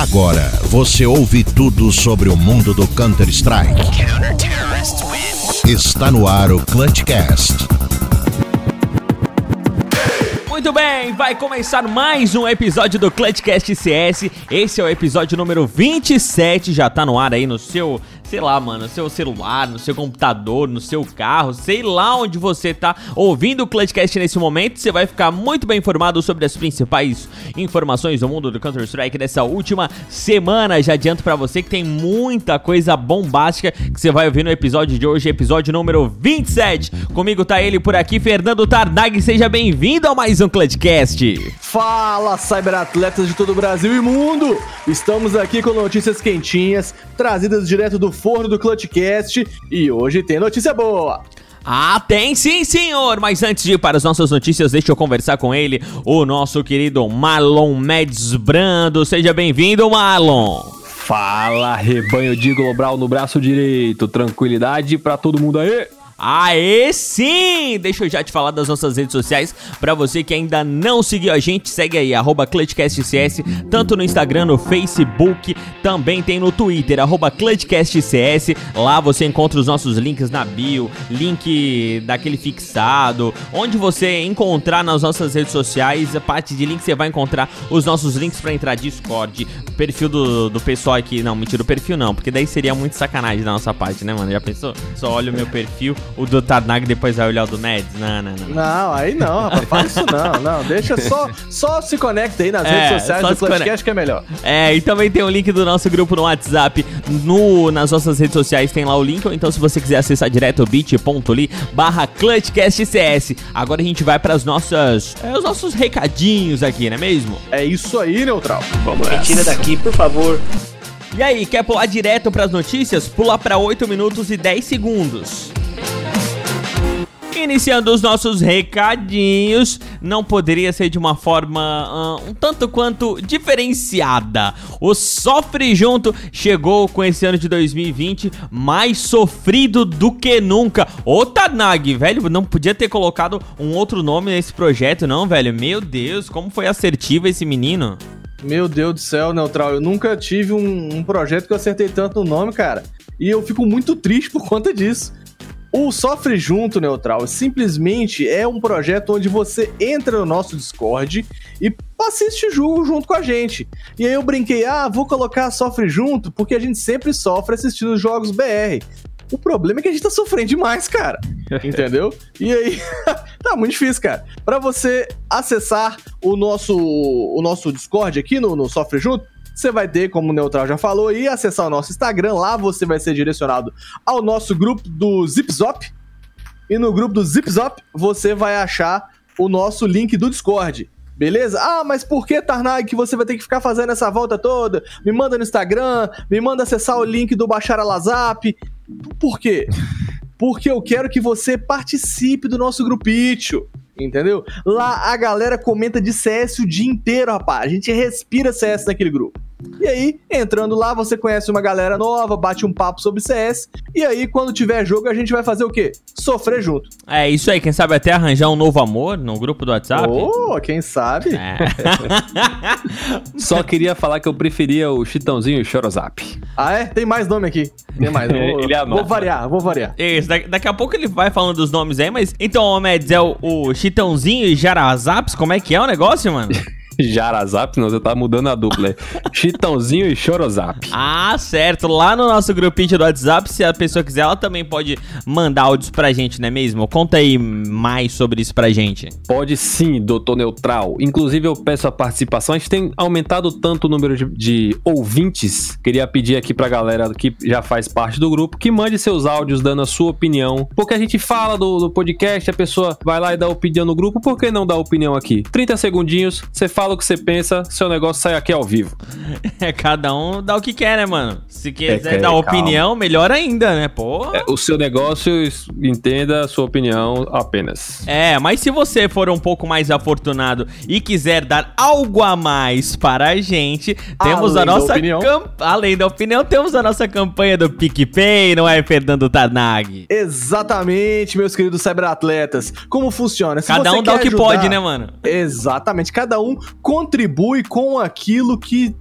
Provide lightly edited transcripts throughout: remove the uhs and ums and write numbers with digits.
Agora você ouve tudo sobre o mundo do Counter-Strike. Está no ar o Clutchcast. Muito bem, vai começar mais um episódio do Clutchcast CS. Esse é o episódio número 27, já tá no ar aí no seu, sei lá, mano, no seu celular, no seu computador, no seu carro, sei lá onde você tá ouvindo o Clutchcast nesse momento. Você vai ficar muito bem informado sobre as principais informações do mundo do Counter-Strike dessa última semana. Já adianto pra você que tem muita coisa bombástica que você vai ouvir no episódio de hoje, episódio número 27. Comigo tá ele por aqui, Fernando Tarnag, seja bem-vindo a mais um Clutchcast. Fala, cyberatletas de todo o Brasil e mundo! Estamos aqui com notícias quentinhas, trazidas direto do forno do Clutchcast, e hoje tem notícia boa! Ah, tem sim, senhor! Mas antes de ir para as nossas notícias, deixa eu conversar com ele, o nosso querido Marlon Médici Brando. Seja bem-vindo, Marlon! Fala, rebanho de Global no braço direito, tranquilidade pra todo mundo aí! Aê sim! Deixa eu já te falar das nossas redes sociais. Pra você que ainda não seguiu a gente, segue aí, @ClutchCastCS, tanto no Instagram, no Facebook, também tem no Twitter, @ClutchCastCS. Lá você encontra os nossos links na bio, link daquele fixado. Onde você encontrar nas nossas redes sociais, a parte de link você vai encontrar os nossos links pra entrar Discord, perfil do pessoal aqui. Não, mentira, o perfil não, porque daí seria muito sacanagem da nossa parte, né, mano? Já pensou? Só olha o meu perfil, o do Tarnag, depois vai olhar o do Mads? Não. Não, aí não, rapaz, faz isso não, deixa só se conecta aí nas redes sociais do Clutchcast que é melhor. E também tem o link do nosso grupo no WhatsApp, nas nossas redes sociais tem lá o link, ou então se você quiser acessar direto, bit.ly/ClutchCastCS. Agora a gente vai para os nossos recadinhos aqui, não é mesmo? É isso aí, Neutral. Vamos lá. Me tira daqui, por favor. E aí, quer pular direto para as notícias? Pula para 8 minutos e 10 segundos. Iniciando os nossos recadinhos, não poderia ser de uma forma um tanto quanto diferenciada. O Sofre Junto chegou com esse ano de 2020 mais sofrido do que nunca. Ô Tarnag, velho, não podia ter colocado um outro nome nesse projeto não, velho. Meu Deus, como foi assertivo esse menino. Meu Deus do céu, Neutral, eu nunca tive um projeto que eu acertei tanto no nome, cara. E eu fico muito triste por conta disso. O Sofre Junto, Neutral, simplesmente é um projeto onde você entra no nosso Discord e assiste jogo junto com a gente. E aí eu brinquei, vou colocar Sofre Junto porque a gente sempre sofre assistindo os jogos BR. O problema é que a gente tá sofrendo demais, cara. Entendeu? E aí, tá muito difícil, cara. Pra você acessar o nosso Discord aqui no Sofre Junto, você vai ter, como o Neutral já falou, e acessar o nosso Instagram. Lá você vai ser direcionado ao nosso grupo do Zipzop. E no grupo do Zipzop você vai achar o nosso link do Discord. Beleza? Mas por que, Tarnag, que você vai ter que ficar fazendo essa volta toda? Me manda no Instagram, me manda acessar o link do Bashar al-Assad. Por quê? Porque eu quero que você participe do nosso grupinho. Entendeu? Lá a galera comenta de CS o dia inteiro, rapaz. A gente respira CS naquele grupo. E aí, entrando lá, você conhece uma galera nova, bate um papo sobre CS. E aí, quando tiver jogo, a gente vai fazer o quê? Sofrer junto. É isso aí, quem sabe até arranjar um novo amor no grupo do WhatsApp. Quem sabe? Só queria falar que eu preferia o Chitãozinho e o Chorozap. Tem mais nome aqui. Tem mais. Vou variar. Isso, daqui a pouco ele vai falando dos nomes aí, mas... Então, Mads, é o Chitãozinho e Jarazaps? Como é que é o negócio, mano? Jarazap, não, você tá mudando a dupla. Chitãozinho e Chorozap. Certo. Lá no nosso grupinho do WhatsApp, se a pessoa quiser, ela também pode mandar áudios pra gente, não é mesmo? Conta aí mais sobre isso pra gente. Pode sim, doutor Neutral. Inclusive, eu peço a participação. A gente tem aumentado tanto o número de ouvintes. Queria pedir aqui pra galera que já faz parte do grupo que mande seus áudios dando a sua opinião. Porque a gente fala do podcast, a pessoa vai lá e dá opinião no grupo. Por que não dar opinião aqui? 30 segundinhos, você fala o que você pensa, seu negócio sai aqui ao vivo. Cada um dá o que quer, né, mano? Se quiser dar opinião, melhor ainda, né, pô? O seu negócio, entenda a sua opinião apenas. Mas se você for um pouco mais afortunado e quiser dar algo a mais para a gente, temos a nossa além da opinião, temos a nossa campanha do PicPay, não é, Fernando Tarnag? Exatamente, meus queridos cyberatletas. Como funciona? Cada um dá o que pode, né, mano? Exatamente, cada um contribui com aquilo que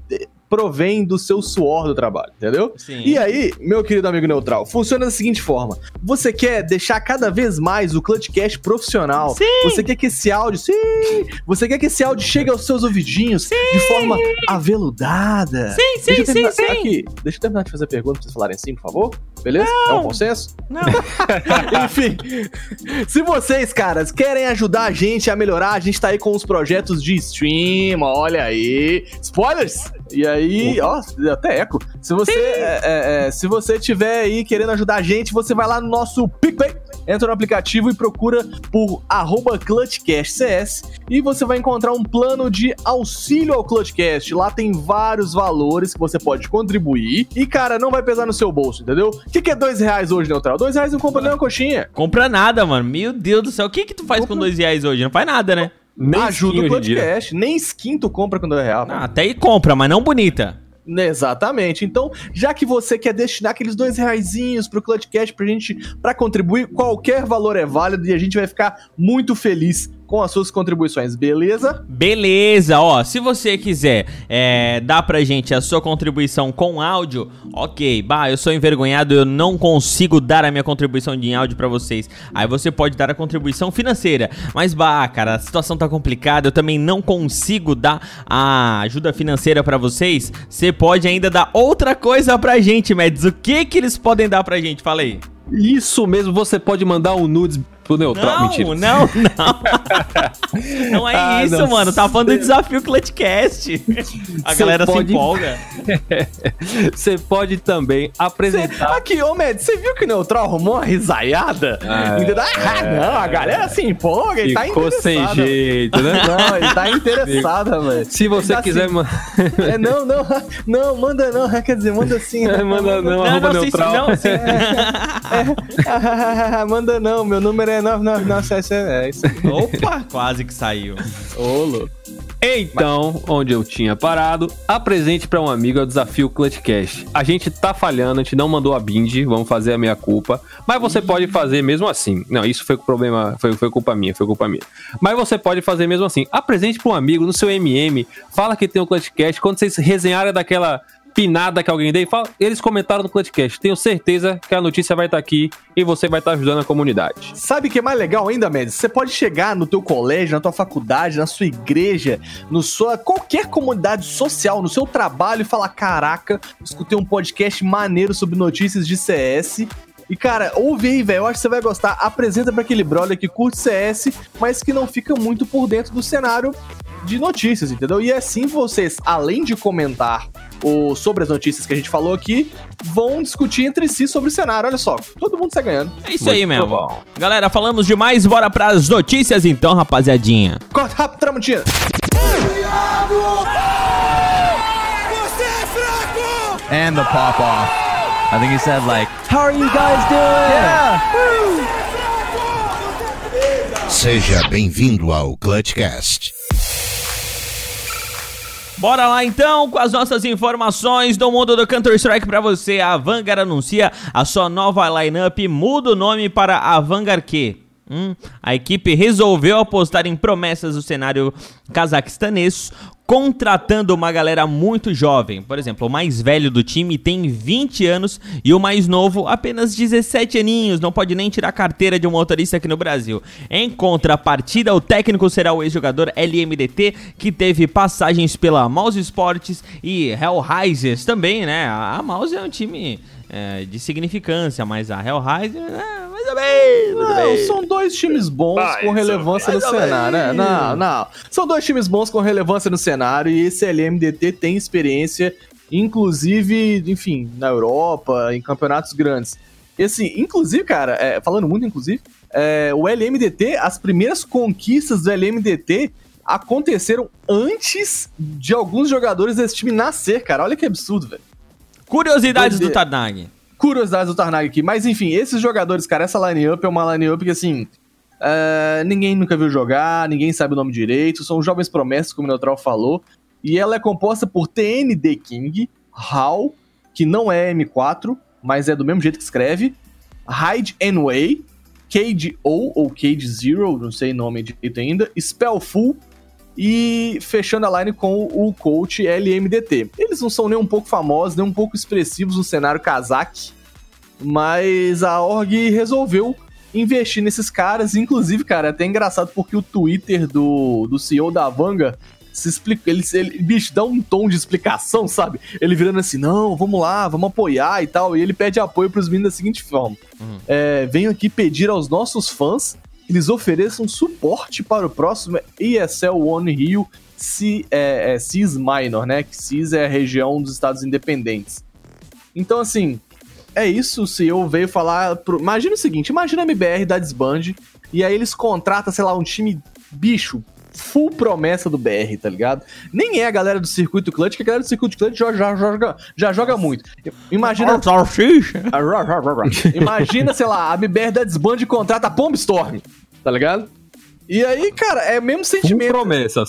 provém do seu suor do trabalho, entendeu? Sim. E aí, meu querido amigo neutral, funciona da seguinte forma. Você quer deixar cada vez mais o Clutchcast profissional. Sim. Você quer que esse áudio... Sim! Você quer que esse áudio chegue aos seus ouvidinhos de forma aveludada. Sim. Aqui, deixa eu terminar de fazer a pergunta pra vocês falarem sim, por favor. Beleza? Não. É um consenso? Não. Enfim, se vocês, caras, querem ajudar a gente a melhorar, a gente tá aí com os projetos de stream, olha aí. Spoilers! E aí, ó, até eco. Se você tiver aí querendo ajudar a gente, você vai lá no nosso PicPay, entra no aplicativo e procura por @ClutchCastCS e você vai encontrar um plano de auxílio ao Clutchcast. Lá tem vários valores que você pode contribuir e, cara, não vai pesar no seu bolso, entendeu? O que é R$2 hoje, Neutral? R$2 não compra nem uma coxinha. Compra nada, mano. Meu Deus do céu. O que tu faz com R$2 hoje? Não faz nada, né? Nem ajuda o Clutchcast. Nem skin tu compra com R$2. Ah, até aí compra, mas não bonita. Exatamente. Então, já que você quer destinar aqueles R$2 pro Clutchcast pra contribuir, qualquer valor é válido e a gente vai ficar muito feliz com as suas contribuições, beleza? Beleza, ó, se você quiser dar pra gente a sua contribuição com áudio, ok, eu sou envergonhado, eu não consigo dar a minha contribuição de áudio pra vocês, aí você pode dar a contribuição financeira, mas cara, a situação tá complicada, eu também não consigo dar a ajuda financeira pra vocês, você pode ainda dar outra coisa pra gente, Mads, o que eles podem dar pra gente, fala aí. Isso mesmo, você pode mandar um nudes pro Neutral. Mentira. Não. Não é isso, mano. Tá falando do desafio Clutchcast. A galera se empolga. Você pode também apresentar... Aqui, ô Med, você viu que o Neutral arrumou uma risaiada? Não, a galera se empolga e tá interessada. Ficou sem jeito, né? Não, ele tá interessada, velho. Se você quiser... Não, manda não. Quer dizer, manda sim. Manda não, arroba Neutral. Manda não, meu número é 999. É isso. Opa, quase que saiu. Ô, louco. Então, onde eu tinha parado, apresente pra um amigo o desafio Clutchcast. A gente tá falhando, a gente não mandou a bind, vamos fazer a meia culpa, mas você pode fazer mesmo assim. Não, isso foi problema, foi culpa minha. Mas você pode fazer mesmo assim. Apresente pra um amigo no seu MM, fala que tem um Clutchcast, quando vocês resenharem daquela pinada que alguém deu, eles comentaram no Clutchcast. Tenho certeza que a notícia vai estar aqui e você vai estar ajudando a comunidade. Sabe o que é mais legal ainda, Mendes? Você pode chegar no teu colégio, na tua faculdade, na sua igreja, qualquer comunidade social, no seu trabalho e falar, caraca, escutei um podcast maneiro sobre notícias de CS. E, cara, ouve aí, velho, eu acho que você vai gostar. Apresenta pra aquele brother que curte CS, mas que não fica muito por dentro do cenário de notícias, entendeu? E assim vocês, além de comentar sobre as notícias que a gente falou aqui, vão discutir entre si sobre o cenário. Olha só, todo mundo sai ganhando. É isso aí mesmo. Bom. Galera, falamos demais, bora pras notícias então, rapaziadinha. Corta rápido, Tramontina. Você é fraco! And the pop off. I think he said like, how are you guys doing? Yeah. Seja bem-vindo ao Clutchcast. Bora lá então com as nossas informações do mundo do Counter-Strike pra você. A Vanguard anuncia a sua nova lineup, muda o nome para a Vanguard Q. A equipe resolveu apostar em promessas do cenário cazaquestanês, contratando uma galera muito jovem. Por exemplo, o mais velho do time tem 20 anos e o mais novo apenas 17 aninhos, não pode nem tirar a carteira de um motorista aqui no Brasil. Em contrapartida, o técnico será o ex-jogador LMDT, que teve passagens pela Mouse Sports e Hellraisers também, né? A Mouse é um time de significância, mas a Hellraiser... mais ou menos. São dois times bons com relevância no cenário, né? Não. São dois times bons com relevância no cenário e esse LMDT tem experiência, inclusive, enfim, na Europa, em campeonatos grandes. Inclusive, cara, falando muito inclusive, o LMDT, as primeiras conquistas do LMDT aconteceram antes de alguns jogadores desse time nascer, cara. Olha que absurdo, velho. Curiosidades do Tarnag. Curiosidades do Tarnag aqui. Mas, enfim, esses jogadores, cara, essa line-up é uma line-up que, assim, ninguém nunca viu jogar, ninguém sabe o nome direito, são jovens promessas, como o Neutral falou, e ela é composta por TND King, HAL, que não é M4, mas é do mesmo jeito que escreve, Hide and Way, Cage O ou Cage Zero, não sei o nome direito ainda, Spellful, e fechando a line com o coach LMDT. Eles não são nem um pouco famosos, nem um pouco expressivos no cenário kazakh, mas a org resolveu investir nesses caras. Inclusive, cara, é até engraçado porque o Twitter do CEO da Vanguard se explica, ele bicho, dá um tom de explicação, sabe? Ele virando assim, não, vamos lá, vamos apoiar e tal, e ele pede apoio pros meninos da seguinte forma: venho aqui pedir aos nossos fãs que eles ofereçam suporte para o próximo ESL One Rio CIS Minor, né? Que CIS é a região dos Estados Independentes. Então, assim, é isso. O CEO veio falar... Imagina o seguinte, imagina a MBR da Disband, e aí eles contratam, sei lá, um time, bicho, full promessa do BR, tá ligado? Nem é a galera do Circuito Clutch, que a galera do Circuito Clutch já joga muito. Imagina... Imagina, sei lá, a MBR da Disband contrata a Pomb Storm, tá ligado? E aí, cara, é o mesmo sentimento. Promessa.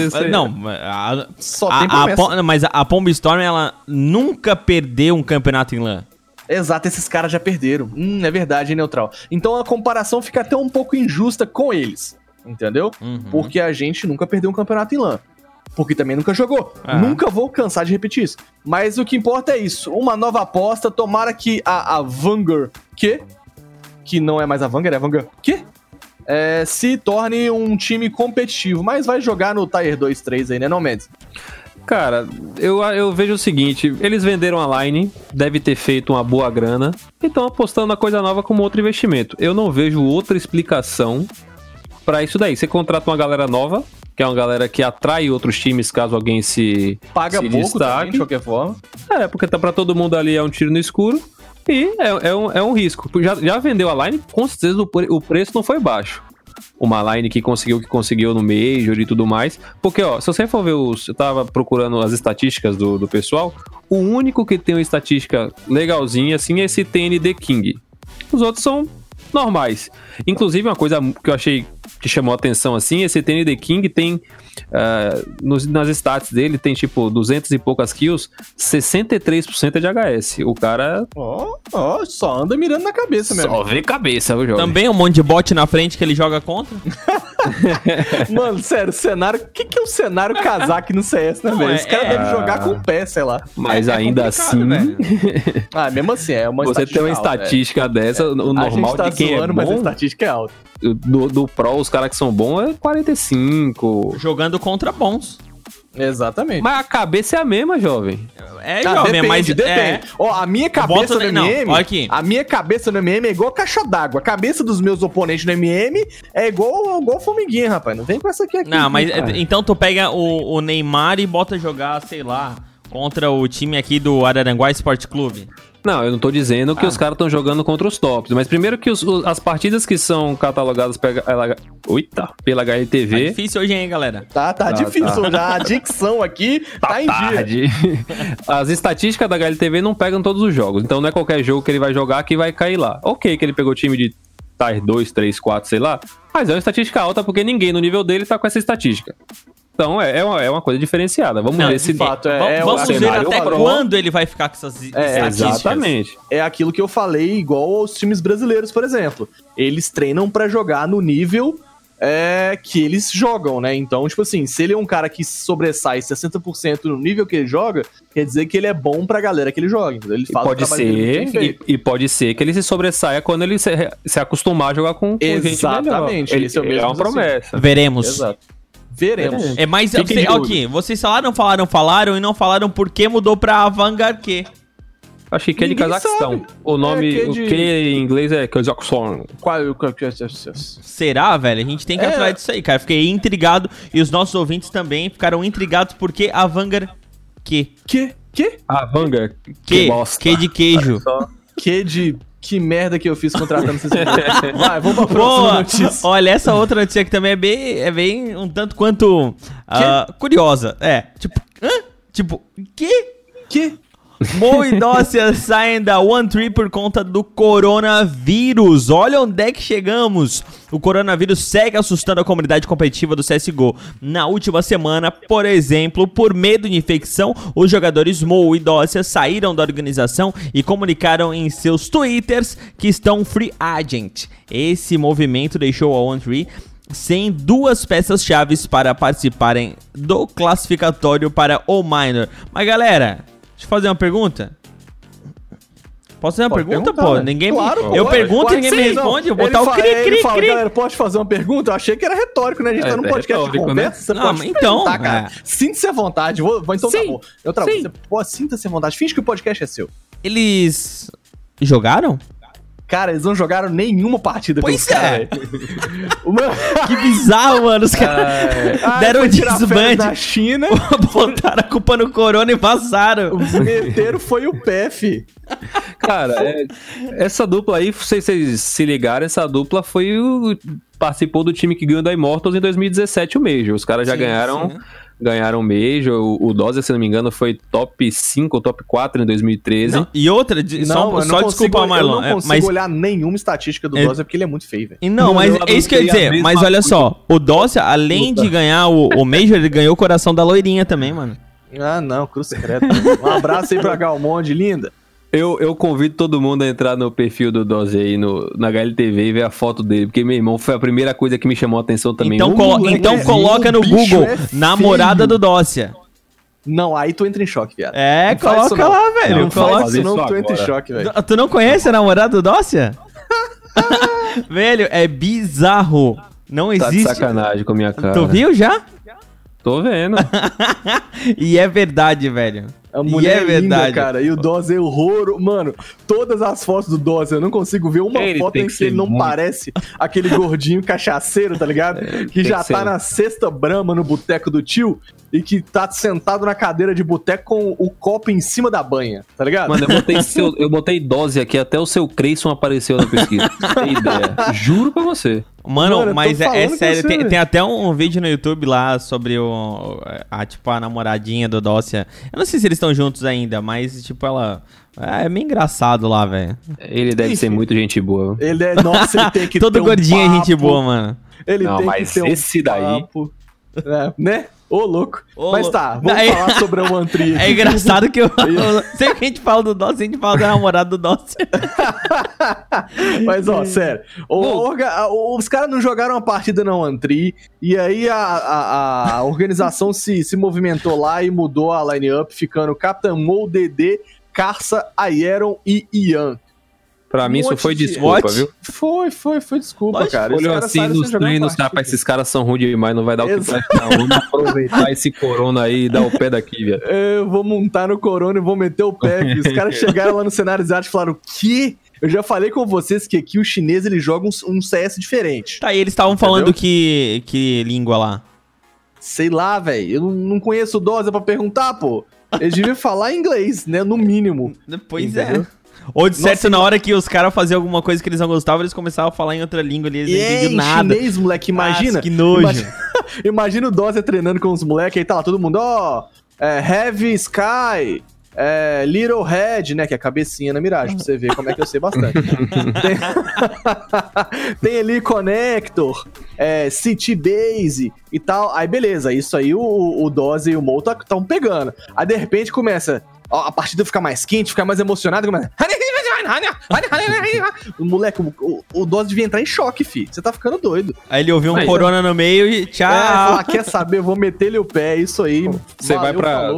Só tem promessa. Mas a Pomb Storm, ela nunca perdeu um campeonato em LAN. Exato, esses caras já perderam. É verdade, hein, Neutral? Então a comparação fica até um pouco injusta com eles, entendeu? Porque a gente nunca perdeu um campeonato em LAN. Porque também nunca jogou. Nunca vou cansar de repetir isso. Mas o que importa é isso. Uma nova aposta, tomara que a Vanguard, que não é mais a Vanguard, é a Vanguard, se torne um time competitivo. Mas vai jogar no Tier 2, 3 aí, né, não, Mendes? Cara, eu vejo o seguinte, eles venderam a line, deve ter feito uma boa grana, e estão apostando na coisa nova como outro investimento. Eu não vejo outra explicação pra isso daí. Você contrata uma galera nova, que é uma galera que atrai outros times caso alguém se paga pouco destaque. Também, de qualquer forma. Porque tá pra todo mundo ali, é um tiro no escuro, e é um risco. Já vendeu a line, com certeza o preço não foi baixo. Uma line que conseguiu no Major e tudo mais. Porque, ó, se você for ver eu tava procurando as estatísticas do pessoal, o único que tem uma estatística legalzinha, assim, é esse TND King. Os outros são normais. Inclusive, uma coisa que eu achei que chamou a atenção, assim, esse TND King tem, nas stats dele, tem, tipo, 200 e poucas kills, 63% é de HS. O cara... só anda mirando na cabeça mesmo. Só vê cabeça, viu, jovem? Também um monte de bot na frente que ele joga contra. Mano, sério, cenário... O que é o cenário kazakh no CS, né, velho? Esse cara deve jogar com o pé, sei lá. Mas ainda assim... Mesmo assim, é uma você tem uma estatística dessa, o normal de quem é bom... Mas a estatística é alta. Do Pro, os caras que são bons é 45. Jogando contra bons. Exatamente. Mas a cabeça é a mesma, jovem. Depende, mas... Depende. A minha cabeça no MM... Olha aqui. A minha cabeça no MM é igual caixa d'água. A cabeça dos meus oponentes no MM é igual formiguinha, rapaz. Não vem com essa aqui. Não, mas então tu pega o Neymar e bota jogar, sei lá, contra o time aqui do Araranguá Sport Clube. Não, eu não tô dizendo que os caras estão jogando contra os tops, mas primeiro que as partidas que são catalogadas pela HLTV... Tá difícil hoje, hein, galera? Tá difícil. Já a dicção aqui tá em dia. As estatísticas da HLTV não pegam todos os jogos, então não é qualquer jogo que ele vai jogar que vai cair lá. Ok, que ele pegou time de Tier 2, 3, 4, sei lá, mas é uma estatística alta porque ninguém no nível dele tá com essa estatística. Então é uma coisa diferenciada. Vamos ver se... De fato, vamos ver até quando ele vai ficar com essas estatísticas. Exatamente. É aquilo que eu falei, igual aos times brasileiros, por exemplo. Eles treinam pra jogar no nível que eles jogam, né? Então, tipo assim, se ele é um cara que sobressai 60% no nível que ele joga, quer dizer que ele é bom pra galera que ele joga. Então, ele faz e pode ser que ele se sobressaia quando ele se acostumar a jogar com gente melhor. Exatamente. Esse é o mesmo. É uma promessa. Veremos. Exato. Veremos. Mas aqui, vocês falaram e não falaram por que mudou pra Vanguard Q. Acho que é de Cazaquistão. O nome, o que em inglês é Kazakhstan. Será, velho? A gente tem que ir atrás disso aí, cara. Fiquei intrigado e os nossos ouvintes também ficaram intrigados porque a Vanguard Q. A Vanguard Que de queijo. Que merda que eu fiz contratando esses jogadores. Vai, vamos pra próxima notícia. Olha, essa outra notícia aqui também é bem um tanto quanto curiosa. Tipo, que? Mo e Dócia saem da One-Tree por conta do coronavírus. Olha onde é que chegamos. O coronavírus segue assustando a comunidade competitiva do CSGO. Na última semana, por exemplo, por medo de infecção, os jogadores Mo e Dócia saíram da organização e comunicaram em seus twitters que estão free agent. Esse movimento deixou a One-Tree sem duas peças-chave para participarem do classificatório para o Minor. Mas galera, deixa eu fazer uma pergunta. Posso fazer uma pergunta, pô? Né? Ninguém claro, me... Eu pergunto e ninguém me responde. Eu vou botar o cri. Galera, pode fazer uma pergunta? Eu achei que era retórico, né? A gente tá num podcast de conversa. Né? Você pode perguntar, cara. Sinta-se à vontade. Então tá bom. Sinta-se à vontade. Finge que o podcast é seu. Eles jogaram? Cara, eles não jogaram nenhuma partida com os caras. Que bizarro, mano. Os caras deram um desband na China, botaram a culpa no Corona e vazaram. Meteram foi o pé, fi. Cara, essa dupla aí, se vocês se ligarem, essa dupla participou do time que ganhou da Immortals em 2017 o Major. Os caras já ganharam o Major. O Dozia, se não me engano, foi top 5 ou top 4 em 2013. Não, e outra, só desculpa, Marlon. Eu não consigo olhar nenhuma estatística do Dozia porque ele é muito feio, velho. Não, mas é isso que eu ia dizer. Mas olha só, o Dozia, além de ganhar o Major, ele ganhou o coração da loirinha também, mano. Ah, não, cruz secreta. Um abraço aí pra Galmonde, linda. Eu convido todo mundo a entrar no perfil do Dozia aí na HLTV e ver a foto dele, porque, meu irmão, foi a primeira coisa que me chamou a atenção também. Então, coloca no Google, namorada do Dozia. Não, aí tu entra em choque, viado. Coloca lá, velho. Não faz isso não, tu entra em choque, velho. Tu não conhece a namorada do Dozia? Velho, é bizarro. Não existe. Tá de sacanagem com a minha cara. Tu viu já? Tô vendo. E é verdade, velho. A mulher é linda, cara. E o Dozia é horror. Mano, todas as fotos do Dozia, eu não consigo ver uma foto em que ele não parece aquele gordinho cachaceiro, tá ligado? Que já tá na sexta brama no boteco do tio e que tá sentado na cadeira de boteco com o copo em cima da banha, tá ligado? Mano, eu botei Dozia aqui, até o seu Creyson apareceu na pesquisa. Tem ideia. Juro pra você. Mano, mas é sério, tem até um vídeo no YouTube lá sobre a namoradinha do Dozia. Eu não sei se eles estão juntos ainda, mas, tipo, ela... É meio engraçado lá, velho. Ele deve ser muito gente boa. Nossa, ele tem que todo ter gordinho é gente boa, mano. Ele tem mas que ter esse papo. Né? Ô, louco. Mas tá, vamos falar sobre a One Tree. É engraçado que sempre que a gente fala do Dozia, a gente fala da namorada do Dozia. Mas, ó, sério. Os caras não jogaram uma partida na One Tree, e aí a organização se movimentou lá e mudou a line-up, ficando Captain Mo, DD, Karsa, Aeron e Ian. Pra mim isso foi desculpa, viu? Foi desculpa, cara. Olhou assim nos treinos, esses caras são ruins demais, não vai dar o que prestar. Vamos aproveitar esse corona aí e dar o pé daqui, velho. Eu vou montar no corona e vou meter o pé. Os caras chegaram lá no cenário exato e falaram, o quê? Eu já falei com vocês que aqui o chinês, ele joga um CS diferente. Tá, e eles estavam falando que língua lá? Sei lá, velho. Eu não conheço o Dozia pra perguntar, pô. Eles deviam falar inglês, né? No mínimo. Pois é. Ou de certo, na hora que os caras faziam alguma coisa que eles não gostavam, eles começavam a falar em outra língua ali, eles não entendiam nada. Chinês, moleque, imagina. Nossa, que nojo. Imagina o Dozia treinando com os moleques, aí tá lá todo mundo, Heavy Sky, Little Head, né, que é a cabecinha na miragem, pra você ver como é que eu sei bastante. Tem ali Connector, City Base e tal, aí beleza, isso aí o Dozia e o Mo estão pegando. Aí de repente começa... a partida fica mais quente, fica mais emocionada, começa... O moleque, o Dozia devia entrar em choque, fi. Você tá ficando doido. Aí ele ouviu um corona no meio e tchau. Falar, quer saber, eu vou meter-lhe o pé, isso aí. Você vai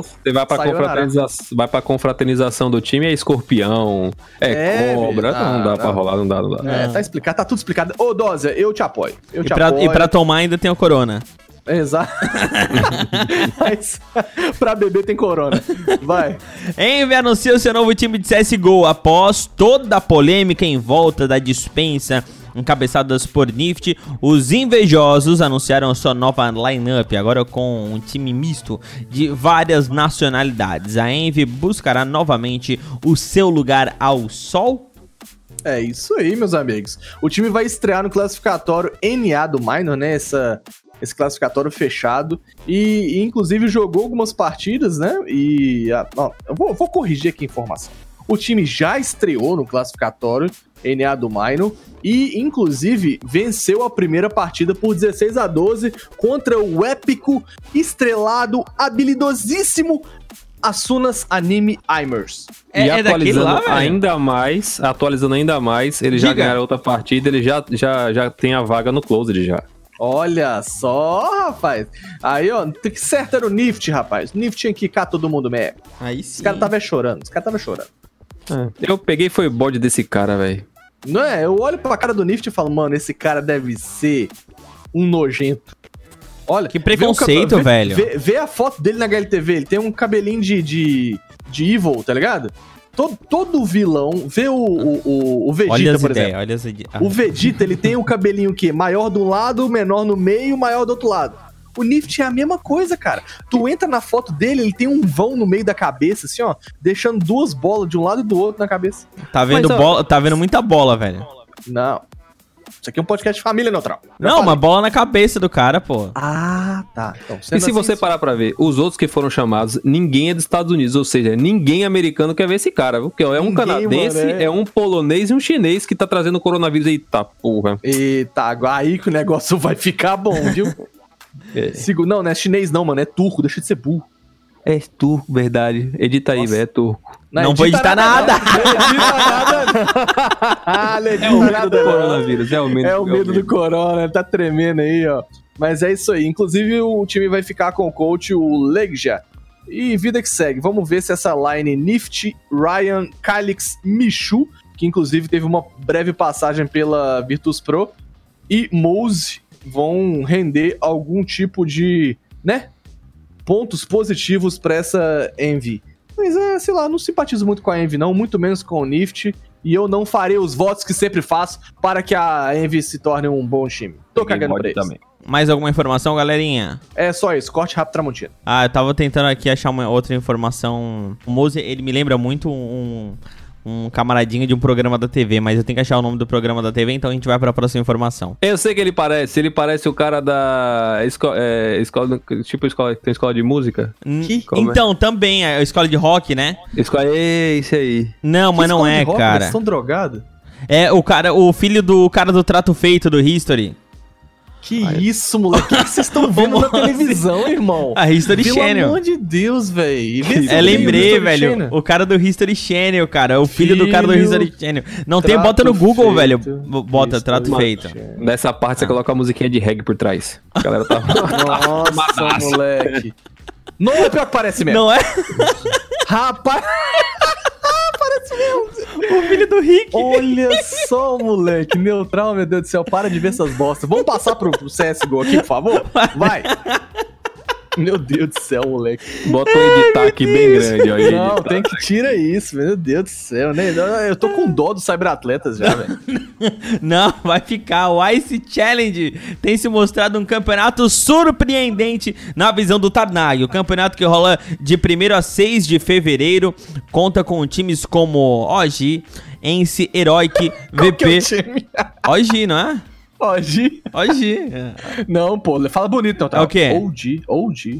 pra confraternização do time, é escorpião, cobra, não dá pra rolar, não dá. Tá explicado, tá tudo explicado. Ô, Dozia, eu te apoio. E pra tomar ainda tem o corona. Exato. Mas pra beber tem corona. Vai. Envy anuncia o seu novo time de CSGO após toda a polêmica em volta da dispensa encabeçadas por Nifty. Os invejosos anunciaram sua nova lineup, agora com um time misto de várias nacionalidades. A Envy buscará novamente o seu lugar ao sol? É isso aí, meus amigos. O time vai estrear no classificatório NA do Minor, né? Esse classificatório fechado. E inclusive jogou algumas partidas, né? Eu vou corrigir aqui a informação. O time já estreou no classificatório NA do Minor e, inclusive, venceu a primeira partida por 16-12 contra o épico, estrelado, habilidosíssimo Asunas Anime Aimers. E atualizando ainda mais, eles já ganharam outra partida, eles já tem a vaga no Closed já. Olha só, rapaz. Aí, ó, que certo era o Nift, rapaz. O Nift tinha que quicar todo mundo mesmo. Aí sim. Os caras tava chorando. Eu peguei foi o bode desse cara, velho. Não é? Eu olho pra cara do Nift e falo, mano, esse cara deve ser um nojento. Olha, Que preconceito, velho. Vê a foto dele na HLTV. Ele tem um cabelinho de Evil, tá ligado? Todo vilão, vê o Vegeta, Olha as por ideias, exemplo. olha as ideias. O Vegeta, ele tem um cabelinho o quê? Maior de um lado, menor no meio, maior do outro lado. O Nift é a mesma coisa, cara. Tu entra na foto dele, ele tem um vão no meio da cabeça, assim, ó, deixando duas bolas de um lado e do outro na cabeça. Tá vendo Mas, ó, bola, tá vendo muita bola, velho. Não. Isso aqui é um podcast de família neutral. Não, uma bola na cabeça do cara, pô. Ah, tá. Então, E se você parar pra ver, os outros que foram chamados, ninguém é dos Estados Unidos, ou seja, ninguém americano quer ver esse cara, viu? Porque é um Ninguém, canadense, mano, é. é um polonês e um chinês que tá trazendo o coronavírus. Eita, porra. Eita, agora aí que o negócio vai ficar bom, viu? Não, não é chinês não, mano, é turco, deixa de ser burro. É turco, verdade. Edita aí, velho, é turco. Não vou editar nada. Não edita nada. É o medo do coronavírus, é o medo. É o medo do corona, ele tá tremendo aí, ó. Mas é isso aí. Inclusive, o time vai ficar com o coach, o Legia. E vida que segue. Vamos ver se essa line Nift, Ryan, Kylix, Michu, que inclusive teve uma breve passagem pela Virtus Pro, e Mose vão render algum tipo de, né, pontos positivos pra essa Envy. Mas sei lá, não simpatizo muito com a Envy não, muito menos com o Nift, e eu não farei os votos que sempre faço para que a Envy se torne um bom time. Tô cagando pra eles. também. Mais alguma informação, galerinha? É só isso, corte rápido Tramontina. Ah, eu tava tentando aqui achar uma outra informação. O Mose, ele me lembra muito um camaradinho de um programa da TV, mas eu tenho que achar o nome do programa da TV, então a gente vai pra próxima informação. Eu sei que ele parece o cara da escola, tipo escola, tem escola de música? Como Então, também, a escola de rock, né? Escola, isso aí. Não, mas não é, cara. Eles estão drogados? É o filho do cara do Trato Feito, do History. Que isso, moleque? O que vocês estão vendo na televisão, irmão? A History Pelo Channel. amor de Deus, velho. Lembrei, velho. O cara do History Channel, cara. O filho do cara do History Channel. Não tem, bota no Google, velho. Bota, Trato Feito. Nessa parte você coloca a musiquinha de reggae por trás. A galera tá... Nossa, moleque. Não é pior que parece mesmo. Não é? Rapaz... Parece mesmo. O filho do Rick. Olha só, moleque. Neutral, meu Deus do céu. Para de ver essas bostas. Vamos passar pro CSGO aqui, por favor? Vai. Meu Deus do céu, moleque. Bota um editar aqui bem grande, ó. Não, tem que tirar isso, meu Deus do céu, né? Eu tô com dó dos cyberatletas já, velho. Não, vai ficar. O Ice Challenge tem se mostrado um campeonato surpreendente na visão do Tarnag. O campeonato que rola de 1º a 6 de fevereiro conta com times como OG, Ence, Heroic, VP. OG, não é? OG. Não, pô, fala bonito, não, tá? É o quê? OG.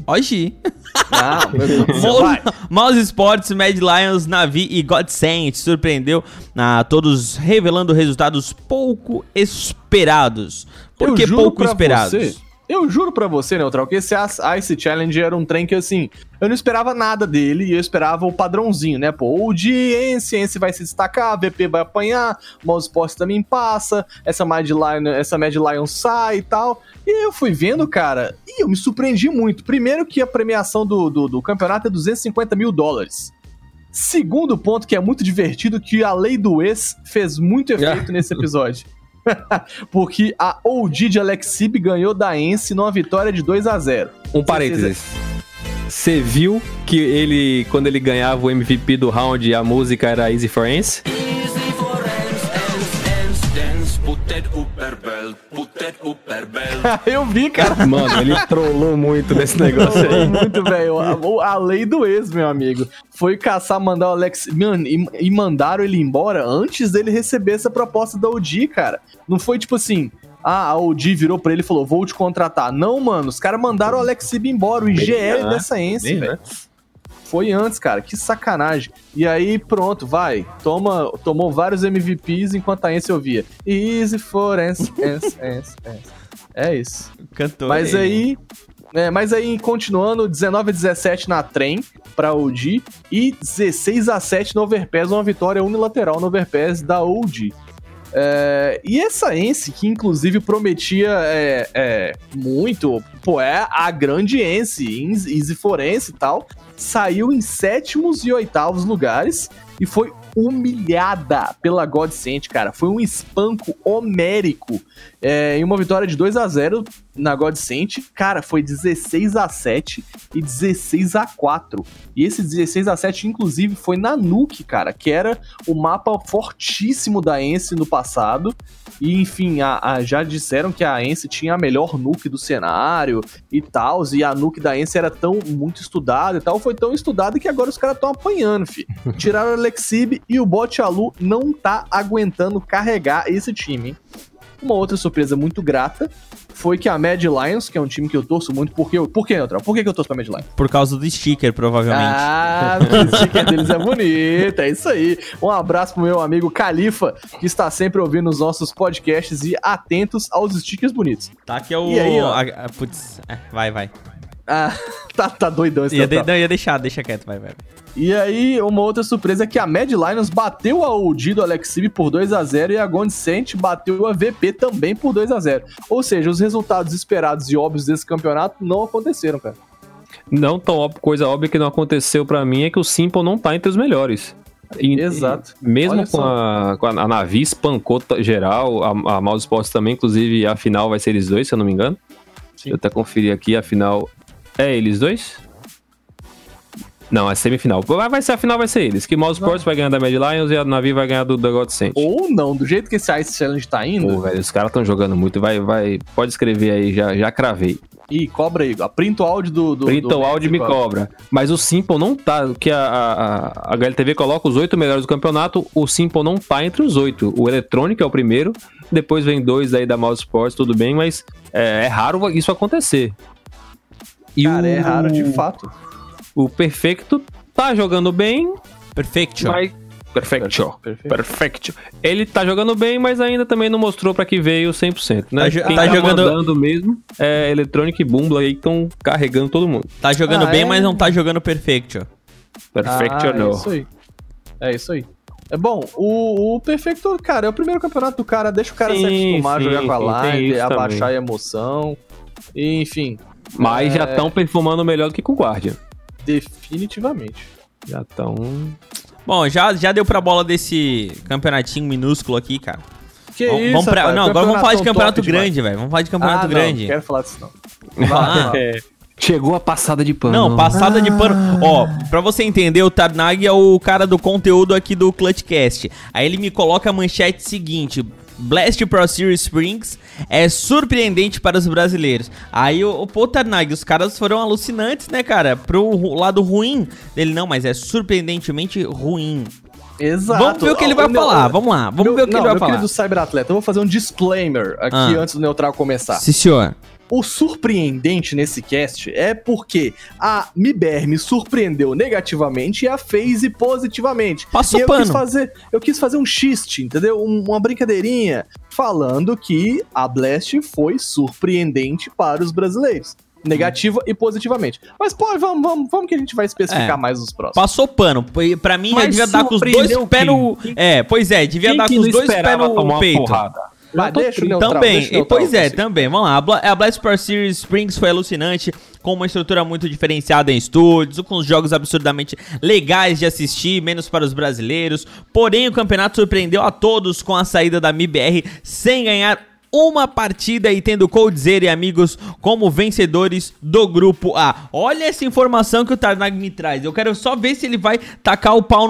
Não, meu Deus do céu, vai. Mouse Sports, Mad Lions, Navi e Godsend surpreendeu a todos, revelando resultados pouco esperados. Por que pouco esperados? Eu juro pra você, Neutral, que esse Ice Challenge era um trem que, assim, eu não esperava nada dele e eu esperava o padrãozinho, né? Pô, o Ence vai se destacar, VP vai apanhar, Mouse Sports também passa, essa Mad Lion sai e tal. E aí eu fui vendo, cara, e eu me surpreendi muito. Primeiro que a premiação do campeonato é $250 mil. Segundo ponto, que é muito divertido, que a lei do ex fez muito efeito nesse episódio. Porque a OG de Alexib ganhou da Ence numa vitória de 2-0. Um parênteses. Você viu que ele, quando ele ganhava o MVP do round, a música era Easy for Ence? Eu vi, cara. Mano, ele trollou muito nesse negócio aí. Muito, velho. A lei do ex, meu amigo. Foi caçar, mandar o Alex... Mano, e mandaram ele embora antes dele receber essa proposta da OG, cara. Não foi tipo assim... a OG virou pra ele e falou, vou te contratar. Não, mano, os caras mandaram o Alex Sib embora, o IGL dessa Ence, velho. Foi antes, cara, que sacanagem. E aí, pronto, vai. Tomou vários MVPs enquanto a Ence ouvia. Easy for Ence. É isso. Cantor. Mas aí, continuando, 19-17 na trem pra OG e 16-7 no Overpass, uma vitória unilateral no Overpass da OG. E essa Ence, que inclusive prometia muito, é a grande Ence, Easy Forense e tal, saiu em 7º e 8º lugares e foi humilhada pela Godsent, cara. Foi um espanco homérico em uma vitória de 2-0 na Godsent. Cara, foi 16-7 e 16-4. E esse 16-7, inclusive, foi na Nuke, cara, que era o mapa fortíssimo da Ence no passado. E, enfim, já disseram que a Ence tinha a melhor Nuke do cenário e tal, e a Nuke da Ence era muito estudada e tal, foi tão estudada que agora os caras estão apanhando, fi. Tiraram o Alexib e o Bot Alu não tá aguentando carregar esse time, hein? Uma outra surpresa muito grata foi que a Mad Lions, que é um time que eu torço muito, por que, Neutral? Por que eu torço pra Mad Lions? Por causa do sticker, provavelmente. O sticker deles é bonito, é isso aí. Um abraço pro meu amigo Califa, que está sempre ouvindo os nossos podcasts e atentos aos stickers bonitos. Tá, que é o... E aí, ó. Putz, vai. Tá doidão esse Ia deixa quieto, vai. E aí, uma outra surpresa é que a Mad Lions bateu a OG do Alexib por 2-0 e a Godsent bateu a VP também por 2-0. Ou seja, os resultados esperados e óbvios desse campeonato não aconteceram, cara. Não tão óbvio, coisa óbvia que não aconteceu pra mim é que o Simple não tá entre os melhores. Exato. Mesmo com a Navi espancou geral, a Mouse Sports também, inclusive a final vai ser eles dois, se eu não me engano. Sim. Deixa eu até conferir aqui, a final é eles dois? Não, é semifinal. Vai ser a final, vai ser eles. Que Mouse Sports vai ganhar da Mad Lions e a Navi vai ganhar da Godsent. Ou não, do jeito que esse Ice Challenge tá indo. Pô, velho, os caras tão jogando muito. Vai, pode escrever aí, já cravei. Ih, cobra aí. Printa o áudio do Printa o áudio e me cobra. Mas o Simple não tá. Que a HLTV coloca os 8 melhores do campeonato. O Simple não tá entre os 8. O Electronic é o primeiro. Depois vem 2 aí da Mouse Sports, tudo bem, mas é raro isso acontecer. Cara, é raro de fato. O Perfecto tá jogando bem. Perfecto. Ele tá jogando bem, mas ainda também não mostrou pra que veio 100%, né? Tá jogando mandando mesmo. Electronic e Bumbla aí que estão carregando todo mundo. Tá jogando bem, mas não tá jogando Perfecto. Perfecto. É isso aí. É bom, o Perfecto, cara, é o primeiro campeonato do cara. Deixa o cara se acostumar a jogar com a live, abaixar a emoção. Enfim. Mas já estão performando melhor do que com o Guardian. Definitivamente. Já estão... Bom, já deu pra bola desse campeonatinho minúsculo aqui, cara. Que isso, rapaz, não, agora vamos falar de campeonato grande, velho. Vamos falar de campeonato grande. Não quero falar disso, não. Chegou a passada de pano. Não, passada de pano. Ó, pra você entender, o Tarnag é o cara do conteúdo aqui do Clutchcast. Aí ele me coloca a manchete seguinte: Blast Pro Series Springs é surpreendente para os brasileiros. Aí o Tarnag, os caras foram alucinantes, né, cara? Pro lado ruim dele, não, mas é surpreendentemente ruim. Exato. Vamos ver o que ele vai falar. Vamos lá, vamos ver o que ele vai falar. Meu querido Cyberatleta, eu vou fazer um disclaimer aqui antes do Neutral começar. Sim, senhor. O surpreendente nesse cast é porque a MIBR me surpreendeu negativamente e a FaZe positivamente. Passou e pano. Eu quis fazer um xiste, entendeu? Uma brincadeirinha, falando que a Blast foi surpreendente para os brasileiros. Negativa e positivamente. Mas, pô, vamos que a gente vai especificar mais nos próximos. Passou pano. Pra mim, já devia dar com os dois pés no... devia dar com os dois pés no peito. Mas deixa o Neutral, também, pois é, também. Vamos lá, a Blast Pro Series Springs foi alucinante, com uma estrutura muito diferenciada em estúdios, com os jogos absurdamente legais de assistir, menos para os brasileiros. Porém, o campeonato surpreendeu a todos com a saída da MIBR sem ganhar uma partida e tendo Coldzera e amigos como vencedores do grupo A. Olha essa informação que o Tarnag me traz. Eu quero só ver se ele vai tacar o pau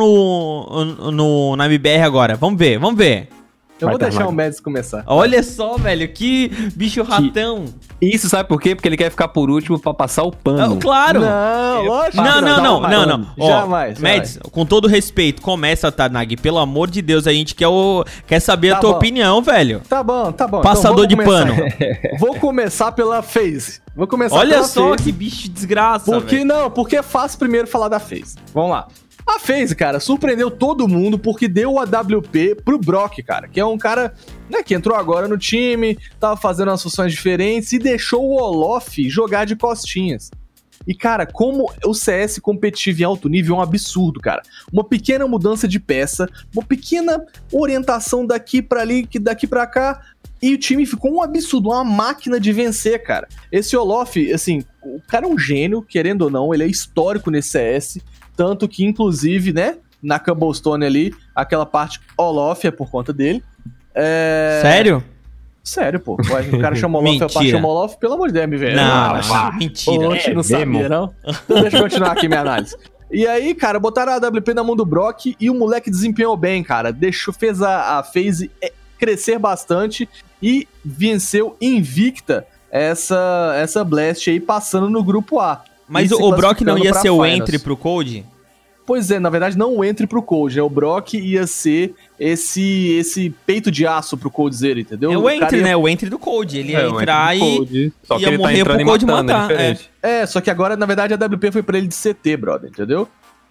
na MIBR agora. Vamos ver. Eu vou deixar o Mads começar. Olha só, velho, que bicho ratão. Isso, sabe por quê? Porque ele quer ficar por último pra passar o pano. Claro. Não, lógico. Não. Jamais. Mads, com todo respeito, começa, Tarnag. Pelo amor de Deus, a gente quer saber a tua opinião, velho. Tá bom. Passador de pano. Vou começar pela FaZe. Olha só que bicho desgraça, Porque é fácil primeiro falar da FaZe. Vamos lá. A FaZe, cara, surpreendeu todo mundo porque deu o AWP pro Brock, cara, que é um cara, né, que entrou agora no time, tava fazendo umas funções diferentes e deixou o Olof jogar de costinhas. E, cara, como o CS competitivo em alto nível é um absurdo, cara. Uma pequena mudança de peça, uma pequena orientação daqui pra ali, daqui pra cá, e o time ficou um absurdo, uma máquina de vencer, cara. Esse Olof, assim, o cara é um gênio, querendo ou não, ele é histórico nesse CS, tanto que, inclusive, né, na Cobblestone ali, aquela parte Olof é por conta dele. Sério? Sério, pô. O cara chama Olof, a parte chama Olof, pelo amor de Deus, me velho. Mentira. Oxe, não sabia, não? Então deixa eu continuar aqui minha análise. E aí, cara, botaram a AWP na mão do Brock e o moleque desempenhou bem, cara. Fez a FaZe crescer bastante e venceu invicta essa Blast aí, passando no grupo A. Mas o Brock não ia ser o entry pro Cold? Pois é, na verdade não o entry pro Cold, né? O Brock ia ser esse peito de aço pro Coldzera, entendeu? É o entry, né? O entry do Cold. Ele ia entrar e só que ia ele morrer tá pro Cold matar. Só que agora, na verdade, a WP foi pra ele de CT, brother, entendeu?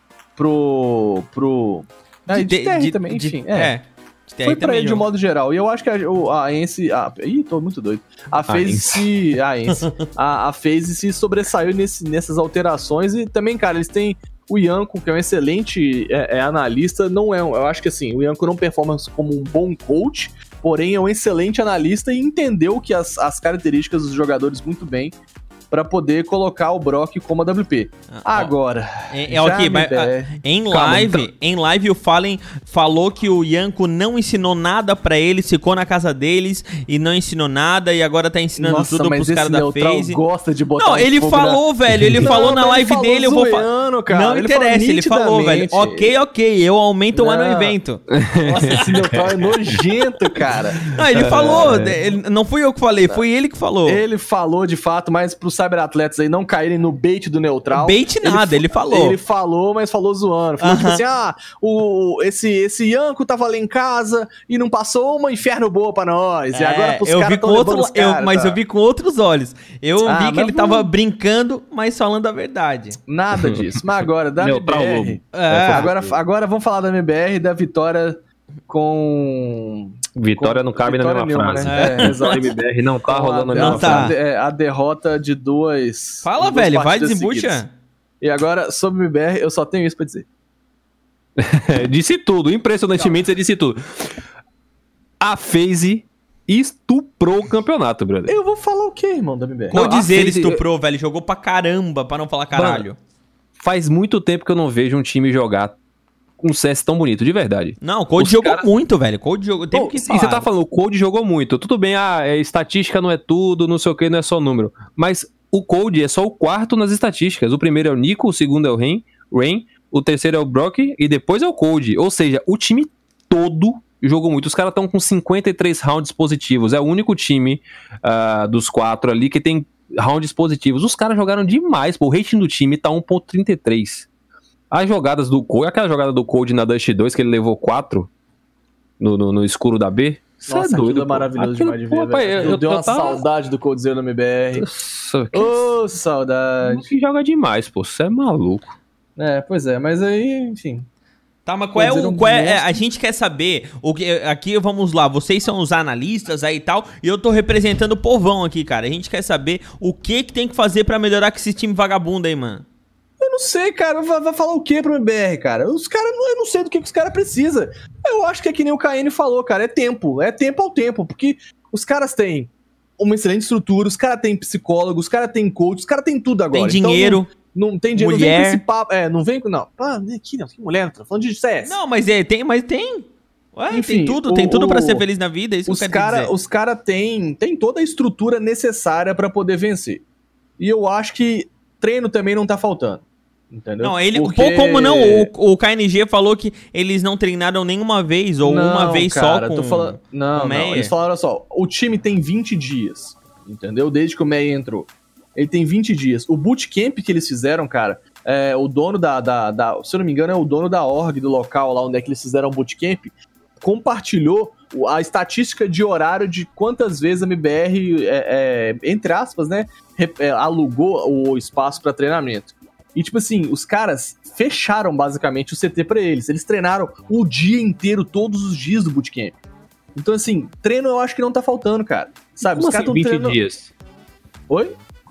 De TR também, enfim. Foi pra ele de um modo geral. E eu acho que a Ence... Ih, tô muito doido. A FaZe se sobressaiu nessas alterações. E também, cara, eles têm o Yanko, que é um excelente analista. Eu acho que assim, o Yanko não performa como um bom coach, porém é um excelente analista e entendeu que as características dos jogadores muito bem pra poder colocar o Brock como a WP. Agora, em live o Fallen falou que o Yanko não ensinou nada pra ele, ficou na casa deles e não ensinou nada e agora tá ensinando tudo pros caras da FaZe. Gosta de botar não, ele falou, velho, ele falou na live dele, eu vou falar. Não interessa, ele falou, velho. Ok, eu aumento lá no evento. Nossa, esse neutral é nojento, cara. Não, ele falou, não fui eu que falei, foi ele que falou. Ele falou de fato, mas pro cyberatletas aí não caírem no bait do neutral. Bait nada, ele falou. Ele falou, mas falou zoando. Falou tipo assim, esse Yanko tava lá em casa e não passou uma inferno boa pra nós. E agora pros caras tão levando os caras. Mas eu vi com outros olhos. Eu vi que ele tava brincando, mas falando a verdade. Nada disso. Mas agora, da MBR... Agora vamos falar da MBR e da vitória com... Vitória não cabe na mesma frase. Né? Exato. MBR não tá rolando na mesma frase. A derrota de duas... Fala, velho, vai desembucha. E agora, sobre o MBR, eu só tenho isso pra dizer. Disse tudo, impressionantemente você disse tudo. A FaZe estuprou o campeonato, brother. Eu vou falar o quê, irmão, da MBR? Vou dizer, ele estuprou, velho, jogou pra caramba, pra não falar caralho. Mano, faz muito tempo que eu não vejo um time jogar um CS tão bonito, de verdade. Não, o Cold jogou muito, velho. Cold jogou, tem que falar. E você tá falando, o Cold jogou muito. Tudo bem, estatística não é tudo, não sei o que, não é só número. Mas o Cold é só o quarto nas estatísticas. O primeiro é o Nico, o segundo é o Rain, o terceiro é o Brock e depois é o Cold. Ou seja, o time todo jogou muito. Os caras estão com 53 rounds positivos. É o único time dos quatro ali que tem rounds positivos. Os caras jogaram demais, pô. O rating do time tá 1.33. As jogadas do Cold, aquela jogada do Cold na Dust 2 que ele levou 4 no escuro da B. Nossa, aquilo é maravilhoso demais de ver, velho. Eu dei uma saudade do Coldzera no MBR. Nossa, saudade. Que joga demais, pô. Você é maluco. Pois é, mas aí, enfim. Tá, mas a gente quer saber, aqui vamos lá, vocês são os analistas aí e tal, e eu tô representando o povão aqui, cara. A gente quer saber o que tem que fazer pra melhorar com esse time vagabundo aí, mano. Eu não sei, cara. Vai falar o que pro MBR, cara? Os caras, eu não sei do que os caras precisam. Eu acho que é que nem o KN falou, cara. É tempo. É tempo ao tempo. Porque os caras têm uma excelente estrutura, os caras têm psicólogo, os caras têm coach, os caras têm tudo agora. Tem dinheiro. Então, não tem dinheiro. Mulher. Não vem com esse papo. Não vem com... Não. Aqui não. Que mulher, tá falando de CS. Não, mas tem. Ué, enfim, tem tudo pra ser feliz na vida, é isso que eu quero dizer. Os caras têm toda a estrutura necessária pra poder vencer. E eu acho que treino também não tá faltando. Entendeu? Não, o KNG falou que eles não treinaram nenhuma vez, ou uma vez cara, só com Não, eles falaram, olha só, o time tem 20 dias, entendeu? Desde que o Meia entrou. Ele tem 20 dias. O bootcamp que eles fizeram, cara, o dono se eu não me engano, é o dono da org do local, lá onde é que eles fizeram o bootcamp, compartilhou a estatística de horário de quantas vezes a MBR, entre aspas, né, alugou o espaço para treinamento. E, tipo assim, os caras fecharam basicamente o CT pra eles. Eles treinaram o dia inteiro, todos os dias do bootcamp. Então, assim, treino eu acho que não tá faltando, cara. Sabe? Como os caras assim, 20 dias? Oi?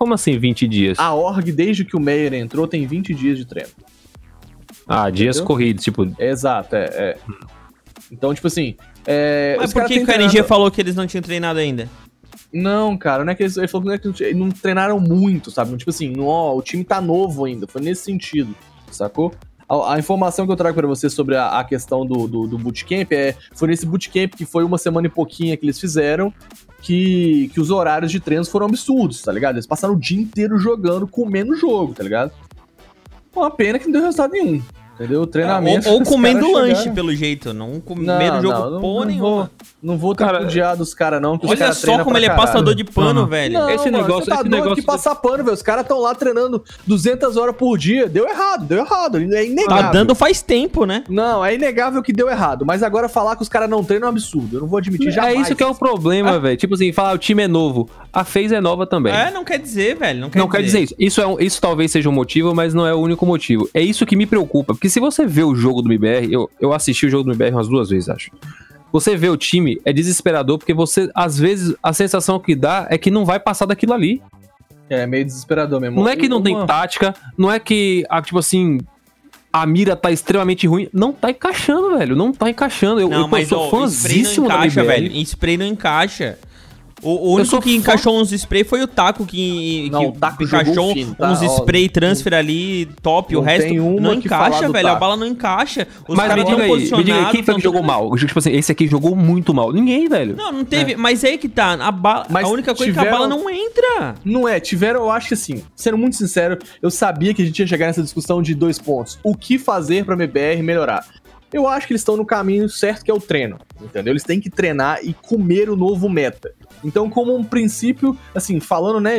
Como assim 20 dias? A org, desde que o Meyer entrou, tem 20 dias de treino. Dias corridos, tipo... Exato, Então, tipo assim... Mas por que o KNG falou que eles não tinham treinado ainda? Não, cara, não é que ele falou que não treinaram muito, sabe? Tipo assim, o time tá novo ainda, foi nesse sentido, sacou? A informação que eu trago pra você sobre a questão do bootcamp foi nesse bootcamp que foi uma semana e pouquinho que eles fizeram, que os horários de treinos foram absurdos, tá ligado? Eles passaram o dia inteiro jogando, comendo o jogo, tá ligado? Uma pena que não deu resultado nenhum. Entendeu? O treinamento. Ou comendo lanche, pelo jeito. Não comendo o jogo porra nenhuma. Não vou tripudiar dos caras, não. Que olha só como ele é passador de pano, velho. Não, esse negócio de passar pano, velho. Os caras estão lá treinando 200 horas por dia. Deu errado. É inegável. Tá dando faz tempo, né? Não, é inegável que deu errado. Mas agora falar que os caras não treinam é um absurdo. Eu não vou admitir jamais. É isso que é o problema, velho. Tipo assim, falar o time é novo. A FaZe é nova também. Não quer dizer, velho. Não quer dizer isso. Isso talvez seja um motivo, mas não é o único motivo. É isso que me preocupa. Porque se você vê o jogo do MBR, eu assisti o jogo do MBR umas 2 vezes, acho. Você vê o time, é desesperador, porque você, às vezes, a sensação que dá é que não vai passar daquilo ali. É meio desesperador mesmo. Não é que não tem tática, não é que, tipo assim, a mira tá extremamente ruim. Não tá encaixando, velho. Não tá encaixando. Eu sou fãzíssimo da MBR. Velho. Spray não encaixa. O único que encaixou uns spray foi o Taco, que encaixou uns spray transfer ali, top. O resto não encaixa, velho. A bala não encaixa. Mas me diga aí, quem foi que jogou mal? Tipo assim, esse aqui jogou muito mal. Ninguém, velho. Não teve. Mas aí que tá. A única coisa é que a bala não entra. Não é. Eu acho que assim, sendo muito sincero, eu sabia que a gente ia chegar nessa discussão de 2 pontos. O que fazer pra MBR melhorar? Eu acho que eles estão no caminho certo, que é o treino, entendeu? Eles têm que treinar e comer o novo meta. Então, como um princípio, assim, falando, né,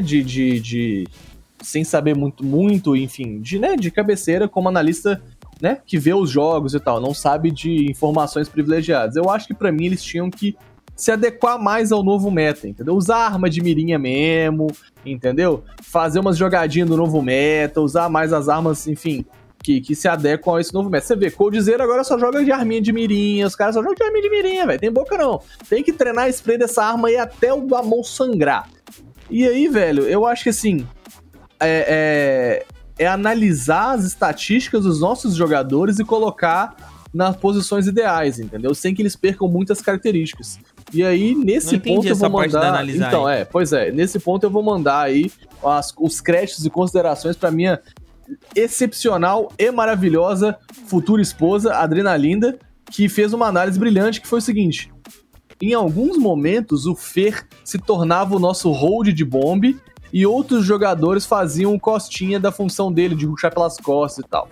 sem saber muito, enfim, de cabeceira, como analista, né, que vê os jogos e tal, não sabe de informações privilegiadas. Eu acho que pra mim eles tinham que se adequar mais ao novo meta, entendeu? Usar arma de mirinha mesmo, entendeu? Fazer umas jogadinhas do novo meta, usar mais as armas, enfim... Que se adequam a esse novo meta. Você vê, Coldzera agora só joga de arminha de mirinha, os caras só jogam de arminha de mirinha, velho. Tem boca não. Tem que treinar spray dessa arma aí até a mão sangrar. E aí, velho, eu acho que assim, é analisar as estatísticas dos nossos jogadores e colocar nas posições ideais, entendeu? Sem que eles percam muitas características. E aí, nesse ponto eu vou mandar... Então, nesse ponto eu vou mandar aí os créditos e considerações pra minha... excepcional e maravilhosa futura esposa, Adrenalinda, que fez uma análise brilhante, que foi o seguinte: em alguns momentos o Fer se tornava o nosso hold de bombe e outros jogadores faziam costinha da função dele, de rushar pelas costas e tal.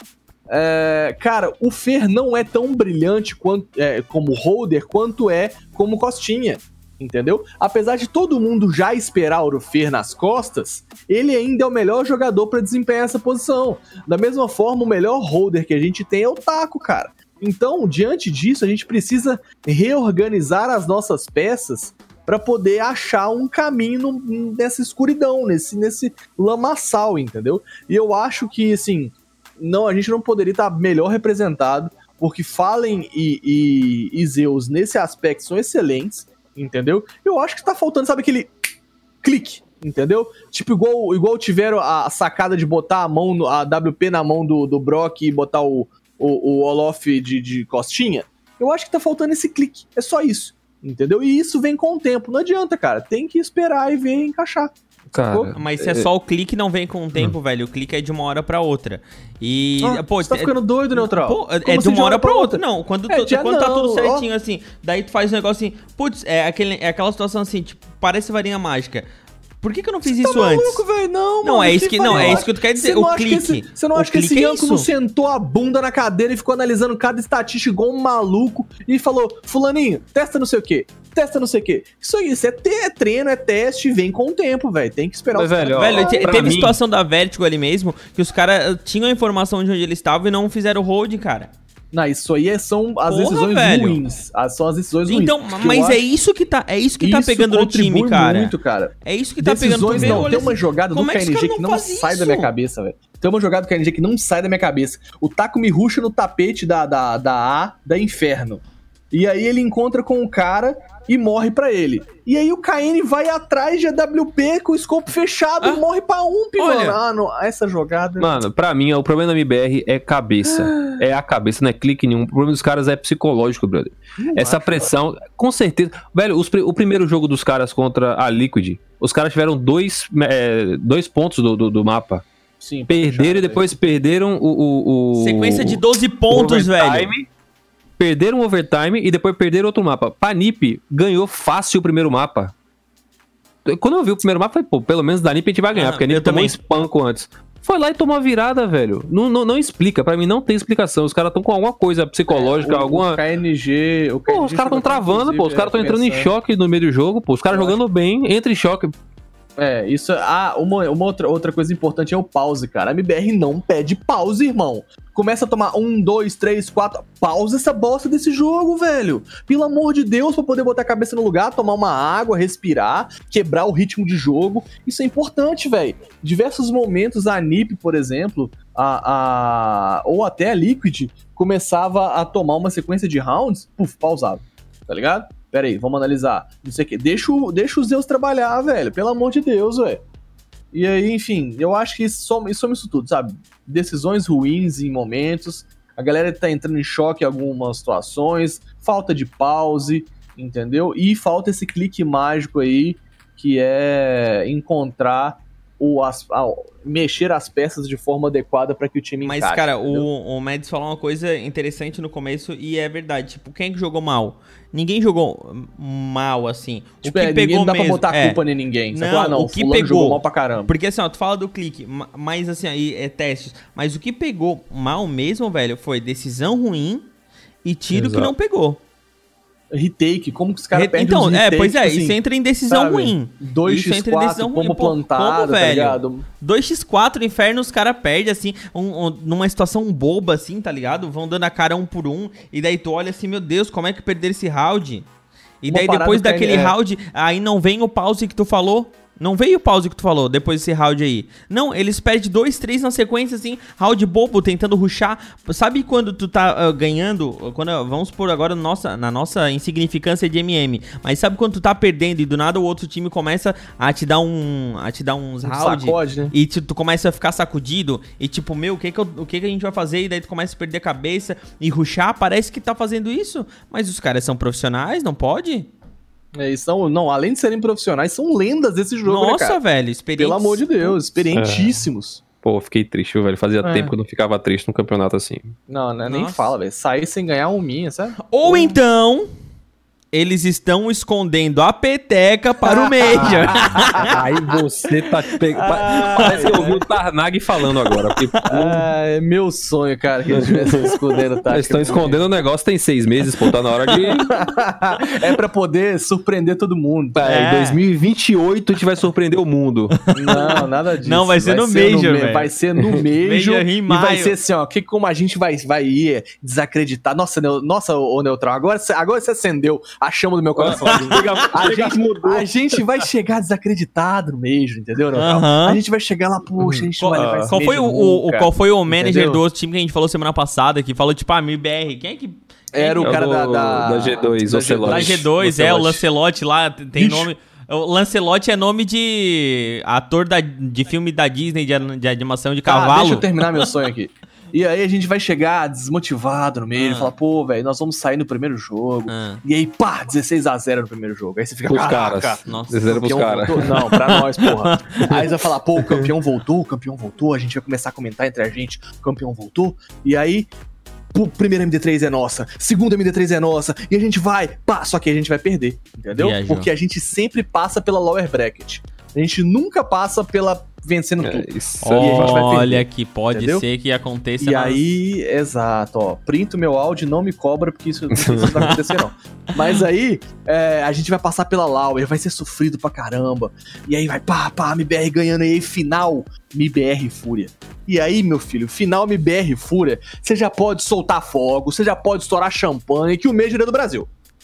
Cara, o Fer não é tão brilhante como holder quanto é como costinha. Entendeu? Apesar de todo mundo já esperar o Fer nas costas, ele ainda é o melhor jogador para desempenhar essa posição. Da mesma forma, o melhor holder que a gente tem é o Taco, cara. Então, diante disso, a gente precisa reorganizar as nossas peças para poder achar um caminho nessa escuridão, nesse lamaçal, entendeu? E eu acho que, assim, a gente não poderia estar melhor representado, porque Fallen e Zeus, nesse aspecto, são excelentes, entendeu? Eu acho que tá faltando, sabe, aquele clique, entendeu? Tipo, igual tiveram a sacada de botar a WP na mão do Brock e botar o Olof de costinha. Eu acho que tá faltando esse clique, é só isso, entendeu? E isso vem com o tempo, não adianta, cara, tem que esperar e ver encaixar. Cara, mas se é só o clique, não vem com o tempo, velho. O clique é de uma hora pra outra. E, você tá ficando doido, Neutral? Pô, é de uma hora pra outra. Não, quando tá tudo certinho, assim, daí tu faz um negócio assim, putz, é aquela situação assim, tipo, parece varinha mágica. Por que eu não fiz isso antes? Maluco, véio? Não, é isso que tu quer dizer. O clique. Você não acha que esse Yanko não sentou a bunda na cadeira e ficou analisando cada estatística igual um maluco e falou: Fulaninho, testa não sei o quê. Testa não sei o quê. Isso é treino, é teste, vem com o tempo, velho. Tem que esperar. Mas, velho, teve situação da Vertigo ali mesmo, que os caras tinham a informação de onde eles estavam e não fizeram o hold, cara. Não, isso aí são as decisões ruins. São as decisões ruins. Então, mas é isso que tá pegando no time, cara. Muito, cara. É isso que tá pegando no time. Não, tem uma jogada do KNG que não sai da minha cabeça, velho. Tem uma jogada do KNG que não sai da minha cabeça. O Taco me rusha no tapete da Inferno. E aí ele encontra com o cara e morre pra ele. E aí o KN vai atrás de AWP com o scope fechado e morre pra UMP, Olha. mano. Essa jogada... Mano, pra mim, o problema da MBR é cabeça. É a cabeça, não é clique nenhum. O problema dos caras é psicológico, brother. Essa pressão, com certeza... Velho, o primeiro jogo dos caras contra a Liquid, os caras tiveram 2 pontos do mapa. Sim, Perderam e depois perderam o Sequência de 12 pontos, velho. Perderam o overtime e depois perderam outro mapa. Panip ganhou fácil o primeiro mapa. Quando eu vi o primeiro mapa, falei, pô, pelo menos da NiP a gente vai ganhar, porque a NiP tomou um espanco antes. Foi lá e tomou a virada, velho. Não explica, pra mim não tem explicação. Os caras estão com alguma coisa psicológica, alguma... O KNG... Pô, os caras estão travando, pô. Os caras estão entrando em choque no meio do jogo, pô. Os caras jogando bem, entra em choque. Isso... uma outra coisa importante é o pause, cara. A MBR não pede pause, irmão. Começa a tomar 1, 2, 3, 4... Pausa essa bosta desse jogo, velho. Pelo amor de Deus, pra poder botar a cabeça no lugar, tomar uma água, respirar, quebrar o ritmo de jogo. Isso é importante, velho. Diversos momentos a NiP, por exemplo, ou até a Liquid, começava a tomar uma sequência de rounds, pausava, tá ligado? Pera aí, vamos analisar. Não sei o que. Deixa os Zeus trabalhar, velho. Pelo amor de Deus, velho. E aí, enfim, eu acho que isso soma isso tudo, sabe? Decisões ruins em momentos. A galera tá entrando em choque em algumas situações. Falta de pause, entendeu? E falta esse clique mágico aí, que é encontrar mexer as peças de forma adequada pra que o time encaixe. Mas, cara, entendeu? o Mads falou uma coisa interessante no começo e é verdade. Tipo, quem é que jogou mal? Ninguém jogou mal, assim. Tipo, o que pegou não dá mesmo, pra botar culpa em ninguém. Não, o que fulano pegou jogou mal pra caramba. Porque assim, ó, tu fala do clique, mas assim, aí é testes. Mas o que pegou mal mesmo, velho, foi decisão ruim e tiro que não pegou. Retake, como que os caras perdem então, os retakes, pois é, assim, isso entra em decisão sabe? ruim. 2x4, como plantado, tá velho? ligado? 2x4, inferno, os caras perdem, assim, numa situação boba, assim, tá ligado? Vão dando a cara um por um, e daí tu olha assim, meu Deus, como é que perderam esse round? E daí depois daquele round, aí não vem o pause que tu falou. Não veio o pause que tu falou depois desse round aí. Não, eles perdem 2, 3 na sequência, assim, round bobo, tentando rushar. Sabe quando tu tá ganhando, vamos por agora na nossa insignificância de MM, mas sabe quando tu tá perdendo e do nada o outro time começa a te dar uns rounds, sacode, né? E tu começa a ficar sacudido e tipo, meu, o que a gente vai fazer? E daí tu começa a perder a cabeça e rushar, parece que tá fazendo isso, mas os caras são profissionais, não pode? Não, além de serem profissionais, são lendas desse jogo, Nossa, né, cara? velho, experientes. Pelo amor de Deus, experientíssimos. Pô, fiquei triste, velho. Fazia tempo que eu não ficava triste num campeonato assim. Não, nem fala, velho. Sair sem ganhar um minha, sabe? Ou então, eles estão escondendo a peteca para o Major. Aí você tá... Parece que eu ouvi o Tarnag falando agora. Porque, é meu sonho, cara, que eles estivessem escondendo, tá? Eles estão escondendo o negócio tem 6 meses, pô, tá na hora de... É pra poder surpreender todo mundo. Em 2028 a gente vai surpreender o mundo. Não, nada disso. Não, vai ser no Major, velho. Vai ser no Major em e maio. vai ser assim, ó, como a gente vai ir desacreditar. Nossa, ô Neutral, agora você acendeu a chama do meu coração. A gente vai chegar desacreditado no Major, entendeu, Neutral? A gente vai chegar lá, poxa, a gente vai Qual foi o manager do outro time que a gente falou semana passada, que falou, tipo, MBR, quem é que... Era o cara da G2, o Ocelot. Da G2, o Lancelot lá, tem nome... O Lancelot é nome de ator de filme da Disney, de animação de cavalo. Deixa eu terminar meu sonho aqui. E aí a gente vai chegar desmotivado no meio e falar, pô, velho, nós vamos sair no primeiro jogo. E aí, pá, 16-0 no primeiro jogo. Aí você fica, pros caras. Nossa, 16 pros caras. Não, pra nós, porra. Aí você vai falar, pô, o campeão voltou, a gente vai começar a comentar entre a gente, o campeão voltou. E aí, primeira MD3 é nossa, segunda MD3 é nossa, e a gente vai, pá, só que a gente vai perder, entendeu? Viajou. Porque a gente sempre passa pela lower bracket. A gente nunca passa pela vencendo tudo. Isso. E a gente vai perder. Olha que pode Entendeu? ser que aconteça. E aí, exato, ó, printo meu áudio, não me cobra, porque isso não vai acontecer, não. Mas aí, a gente vai passar pela Lauer, vai ser sofrido pra caramba. E aí vai, pá, MBR ganhando, e aí, final, MBR Fúria. E aí, meu filho, final MBR Fúria, você já pode soltar fogo, você já pode estourar champanhe, que o Major é do Brasil.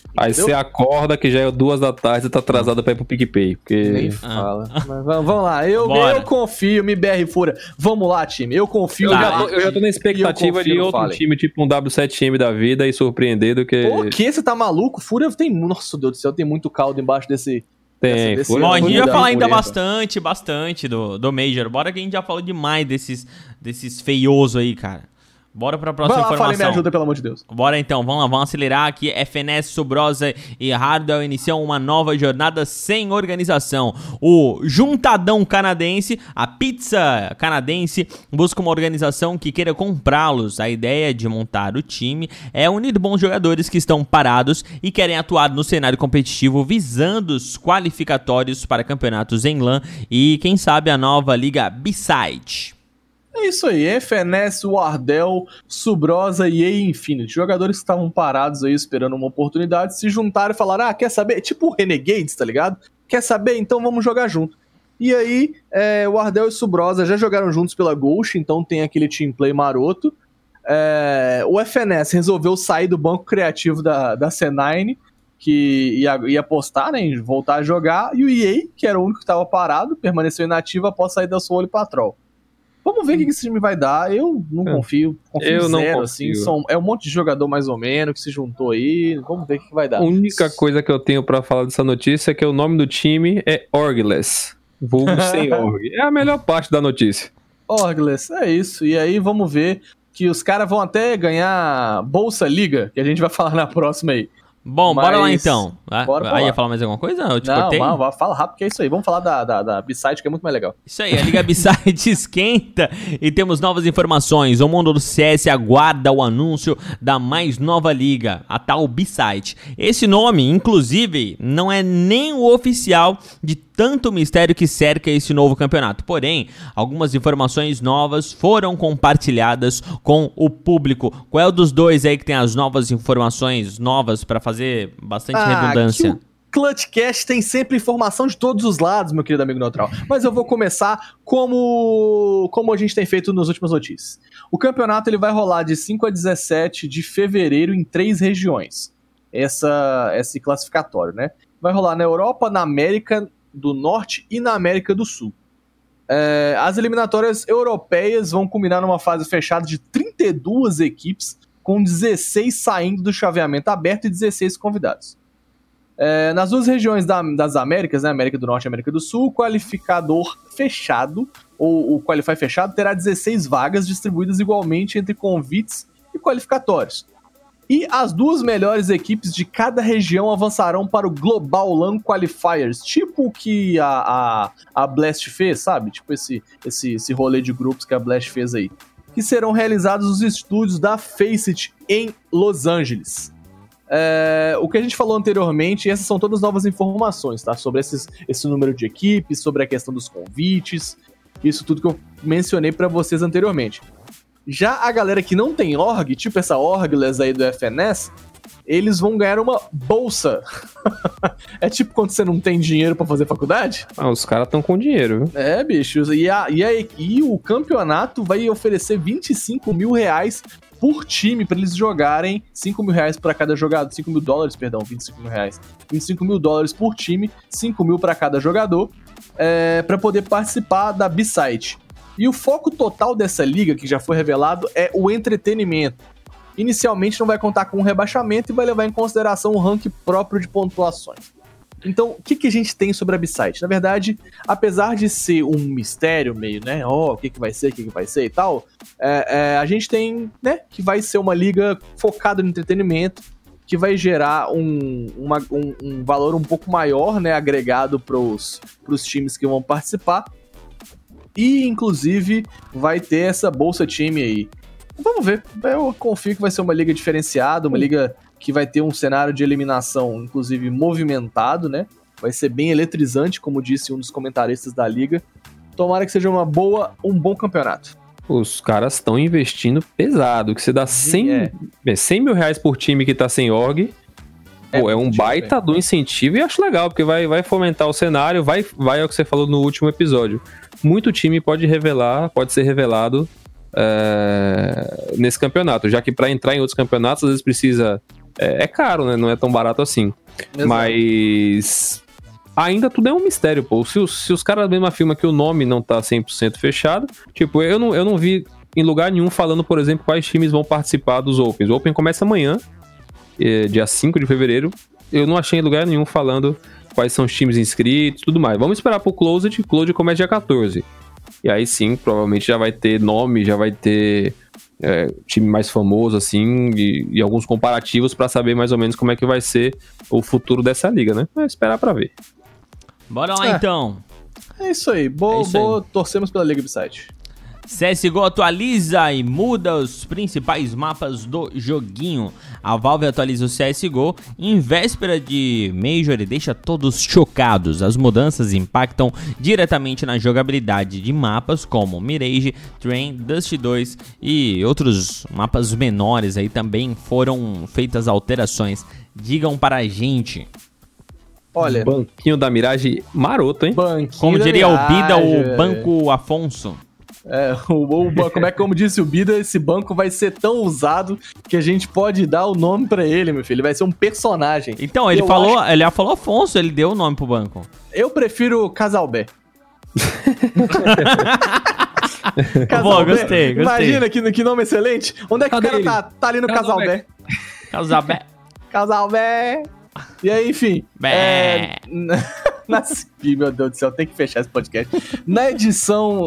Aí você acorda que já é 2 da tarde e tá atrasado pra ir pro PicPay. Porque... Nem fala. Mas vamos lá, eu confio, MBR Fúria. Vamos lá, time, eu confio. Eu já tô na expectativa de outro time, tipo um W7M da vida e surpreender do que... Por que você tá maluco? Fúria tem... Nossa, Deus do céu, tem muito caldo embaixo desse... Tem. Bom, a gente vai falar ainda bastante do Major. Bora que a gente já falou demais desses feiosos aí, cara. Bora pra próxima informação. Falei, me ajuda, pelo amor de Deus. Bora então, vamos lá, vamos acelerar aqui. FNS, Subrosa e Hardwell iniciam uma nova jornada sem organização. O Juntadão Canadense, a Pizza Canadense, busca uma organização que queira comprá-los. A ideia de montar o time é unir bons jogadores que estão parados e querem atuar no cenário competitivo, visando os qualificatórios para campeonatos em LAN e, quem sabe, a nova Liga B-Side. É isso aí, FNS, Wardell, Subrosa e EA Infinity. Jogadores que estavam parados aí esperando uma oportunidade, se juntaram e falaram, quer saber? Tipo o Renegades, tá ligado? Quer saber? Então vamos jogar junto. E aí, Wardell e Subrosa já jogaram juntos pela Ghost, então tem aquele team play maroto. O FNS resolveu sair do banco criativo da C9, que ia apostar, né, em voltar a jogar, e o EA, que era o único que estava parado, permaneceu inativo após sair da Soul Patrol. Vamos ver o que esse time vai dar. Eu não confio. Eu não zero, confio. assim. É um monte de jogador mais ou menos que se juntou aí. Vamos ver o que vai dar. A única coisa que eu tenho pra falar dessa notícia é que o nome do time é Orgless. Vulgo sem org. É a melhor parte da notícia. Orgless, é isso. E aí vamos ver que os caras vão até ganhar Bolsa Liga, que a gente vai falar na próxima aí. Bom, bora lá então. Bora ia falar mais alguma coisa? Eu te não, cortei? Fala rápido que é isso aí. Vamos falar da B-Side, que é muito mais legal. Isso aí, a Liga B-Side esquenta e temos novas informações. O mundo do CS aguarda o anúncio da mais nova liga, a tal B-Side. Esse nome, inclusive, não é nem o oficial de tanto mistério que cerca esse novo campeonato. Porém, algumas informações novas foram compartilhadas com o público. Qual é o dos dois aí que tem as novas informações novas para fazer bastante redundância? Clutchcast tem sempre informação de todos os lados, meu querido amigo neutral. Mas eu vou começar como a gente tem feito nas últimas notícias. O campeonato ele vai rolar de 5 a 17 de fevereiro em 3 regiões. Esse classificatório, né? Vai rolar na Europa, na América do Norte e na América do Sul. As eliminatórias europeias vão culminar numa fase fechada de 32 equipes, com 16 saindo do chaveamento aberto e 16 convidados. Nas duas regiões das Américas, né, América do Norte e América do Sul, o qualificador fechado, ou o Qualify fechado, terá 16 vagas distribuídas igualmente entre convites e qualificatórios. E as 2 melhores equipes de cada região avançarão para o Global LAN Qualifiers, tipo o que a Blast fez, sabe? Tipo esse rolê de grupos que a Blast fez aí. Que serão realizados nos estúdios da Faceit em Los Angeles. O que a gente falou anteriormente, essas são todas novas informações, tá? Sobre esse número de equipes, sobre a questão dos convites, isso tudo que eu mencionei pra vocês anteriormente. Já a galera que não tem org, tipo essa Orgless aí do FNS, eles vão ganhar uma bolsa. É tipo quando você não tem dinheiro pra fazer faculdade? Os caras estão com dinheiro, viu? Bichos. E o campeonato vai oferecer 25 mil reais por time pra eles jogarem. 5 mil reais pra cada jogador. 5 mil dólares, perdão, 25 mil reais. 25 mil dólares por time, 5 mil pra cada jogador, pra poder participar da B-Side. E o foco total dessa liga, que já foi revelado, é o entretenimento. Inicialmente não vai contar com um rebaixamento e vai levar em consideração o ranking próprio de pontuações. Então, o que a gente tem sobre a B-Side? Na verdade, apesar de ser um mistério meio, né, o que vai ser e tal, a gente tem, né, que vai ser uma liga focada no entretenimento, que vai gerar um valor um pouco maior, né, agregado pros times que vão participar. E, inclusive, vai ter essa bolsa time aí. Vamos ver. Eu confio que vai ser uma liga diferenciada, uma liga que vai ter um cenário de eliminação, inclusive, movimentado, né? Vai ser bem eletrizante, como disse um dos comentaristas da liga. Tomara que seja um bom campeonato. Os caras estão investindo pesado, que você dá 100 mil reais por time que tá sem org. Pô, é um baita do incentivo e acho legal, porque vai fomentar o cenário, vai ao que você falou no último episódio. Muito time pode ser revelado nesse campeonato, já que para entrar em outros campeonatos, às vezes precisa é caro, né? Não é tão barato assim. Exato. Mas ainda tudo é um mistério, pô. Se os caras mesmo afirmam que o nome não tá 100% fechado, tipo, eu não vi em lugar nenhum falando, por exemplo, quais times vão participar dos Opens. O Open começa amanhã, dia 5 de fevereiro. Eu não achei em lugar nenhum falando quais são os times inscritos e tudo mais. Vamos esperar pro Closed. O Closed começa dia 14. E aí sim, provavelmente já vai ter nome, já vai ter time mais famoso, assim, e alguns comparativos pra saber mais ou menos como é que vai ser o futuro dessa liga, né? É esperar pra ver. Bora lá, então. É isso aí. Boa, torcemos pela Liga Upside. CSGO atualiza e muda os principais mapas do joguinho. A Valve atualiza o CSGO em véspera de Major e deixa todos chocados. As mudanças impactam diretamente na jogabilidade de mapas como Mirage, Train, Dust 2 e outros mapas menores aí também foram feitas alterações. Digam para a gente. Olha, Banquinho da Mirage maroto, hein? Como diria o Bida, o Banco Afonso. Como disse o Bida, esse banco vai ser tão usado que a gente pode dar o nome pra ele, meu filho. Ele vai ser um personagem. Então, ele já falou Afonso, ele deu o nome pro banco. Eu prefiro Casalbé. Boa, gostei. Imagina que nome excelente. Onde é que o cara tá ali no Casalbé? Casalbé. E aí, enfim. Meu Deus do céu, tem que fechar esse podcast. Na adição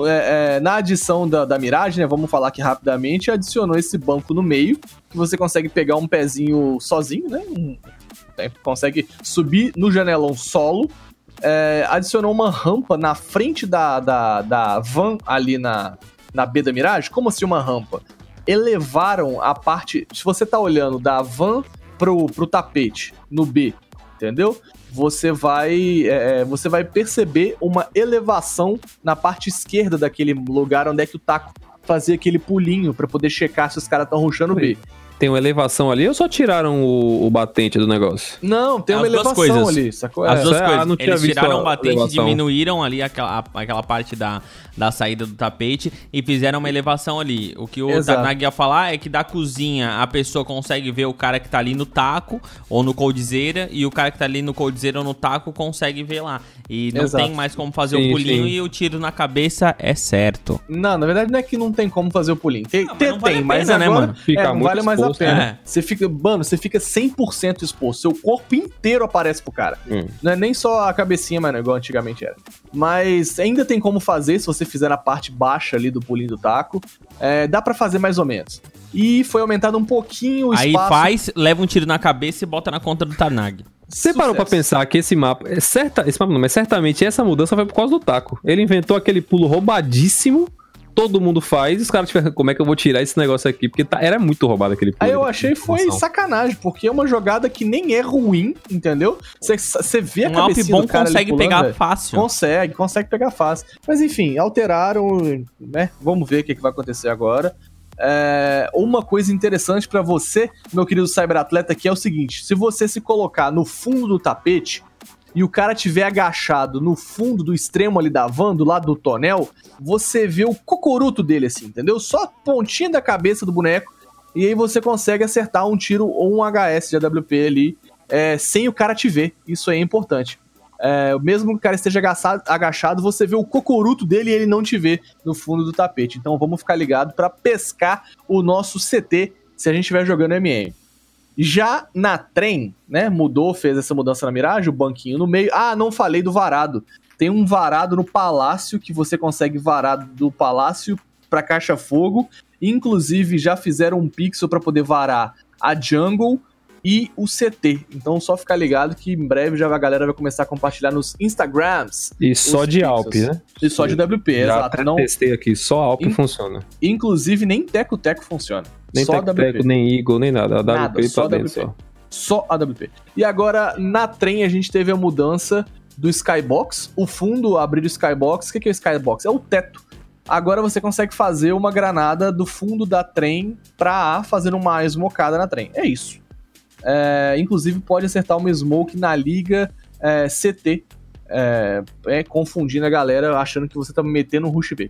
da Mirage, né, vamos falar aqui rapidamente, adicionou esse banco no meio, que você consegue pegar um pezinho sozinho, né, consegue subir no janelão solo, adicionou uma rampa na frente da van ali na B da Mirage. Como assim uma rampa? Elevaram a parte, se você tá olhando da van pro tapete, no B, entendeu? Você vai perceber uma elevação na parte esquerda daquele lugar onde é que o Taco fazia aquele pulinho pra poder checar se os caras estão rushando o B. Tem uma elevação ali ou só tiraram o batente do negócio? Não, tem uma elevação ali, sacou? As duas coisas. Não tinha Eles tiraram o batente, elevação. diminuíram ali aquela parte da saída do tapete e fizeram uma elevação ali. O que o Tarnag ia falar é que da cozinha a pessoa consegue ver o cara que tá ali no taco ou no coldzera e o cara que tá ali no coldzera ou no taco consegue ver lá. E não tem mais como fazer o pulinho e o tiro na cabeça é certo. Não, na verdade não é que não tem como fazer o pulinho. Tem, mas agora, né, mano? Fica não vale mais a pena. É. Você fica 100% exposto. Seu corpo inteiro aparece pro cara. Não é nem só a cabecinha, mano, igual antigamente era. Mas ainda tem como fazer, se você fizer na parte baixa ali do pulinho do taco. Dá pra fazer mais ou menos. E foi aumentado um pouquinho o espaço. Aí leva um tiro na cabeça e bota na conta do Tarnag. Você parou pra pensar que esse mapa... mas certamente essa mudança foi por causa do taco. Ele inventou aquele pulo roubadíssimo. Todo mundo faz, e os caras tiveram, como é que eu vou tirar esse negócio aqui? Porque era muito roubado aquele pulo. Aí eu achei foi sacanagem, porque é uma jogada que nem é ruim, entendeu? Você vê a cabecinha do cara consegue pulando, pegar véio. fácil. Consegue pegar fácil. Mas enfim, alteraram, né? Vamos ver o que vai acontecer agora. Uma coisa interessante pra você, meu querido cyberatleta, que é o seguinte: se você se colocar no fundo do tapete e o cara tiver agachado no fundo do extremo ali da van, do lado do tonel, você vê o cocoruto dele assim, entendeu? Só a pontinha da cabeça do boneco, e aí você consegue acertar um tiro ou um HS de AWP ali, sem o cara te ver. Isso aí é importante. Mesmo que o cara esteja agachado, você vê o cocoruto dele e ele não te vê no fundo do tapete. Então vamos ficar ligado pra pescar o nosso CT se a gente estiver jogando MM. Já na Train, né, fez essa mudança na Mirage, o banquinho no meio. Não falei do varado. Tem um varado no palácio, que você consegue varar do palácio pra caixa-fogo. Inclusive, já fizeram um pixel pra poder varar a jungle e o CT. Então, só ficar ligado que em breve a galera vai começar a compartilhar nos Instagrams. E só de pixels. Alp, né? E só de WP, já exato. Não testei aqui, só Alp funciona. Inclusive, nem Teco-Teco funciona. Nem só Teco-Teco, nem Eagle, nem nada. A WP só pra WP. dentro, Só AWP. E agora, na Train, a gente teve a mudança do Skybox. O fundo, abrir o Skybox. O que é o Skybox? É o teto. Agora você consegue fazer uma granada do fundo da Train pra A, fazendo uma smocada na Train. É isso. Inclusive, pode acertar uma smoke na liga CT. Confundindo a galera, achando que você tá metendo um rush B.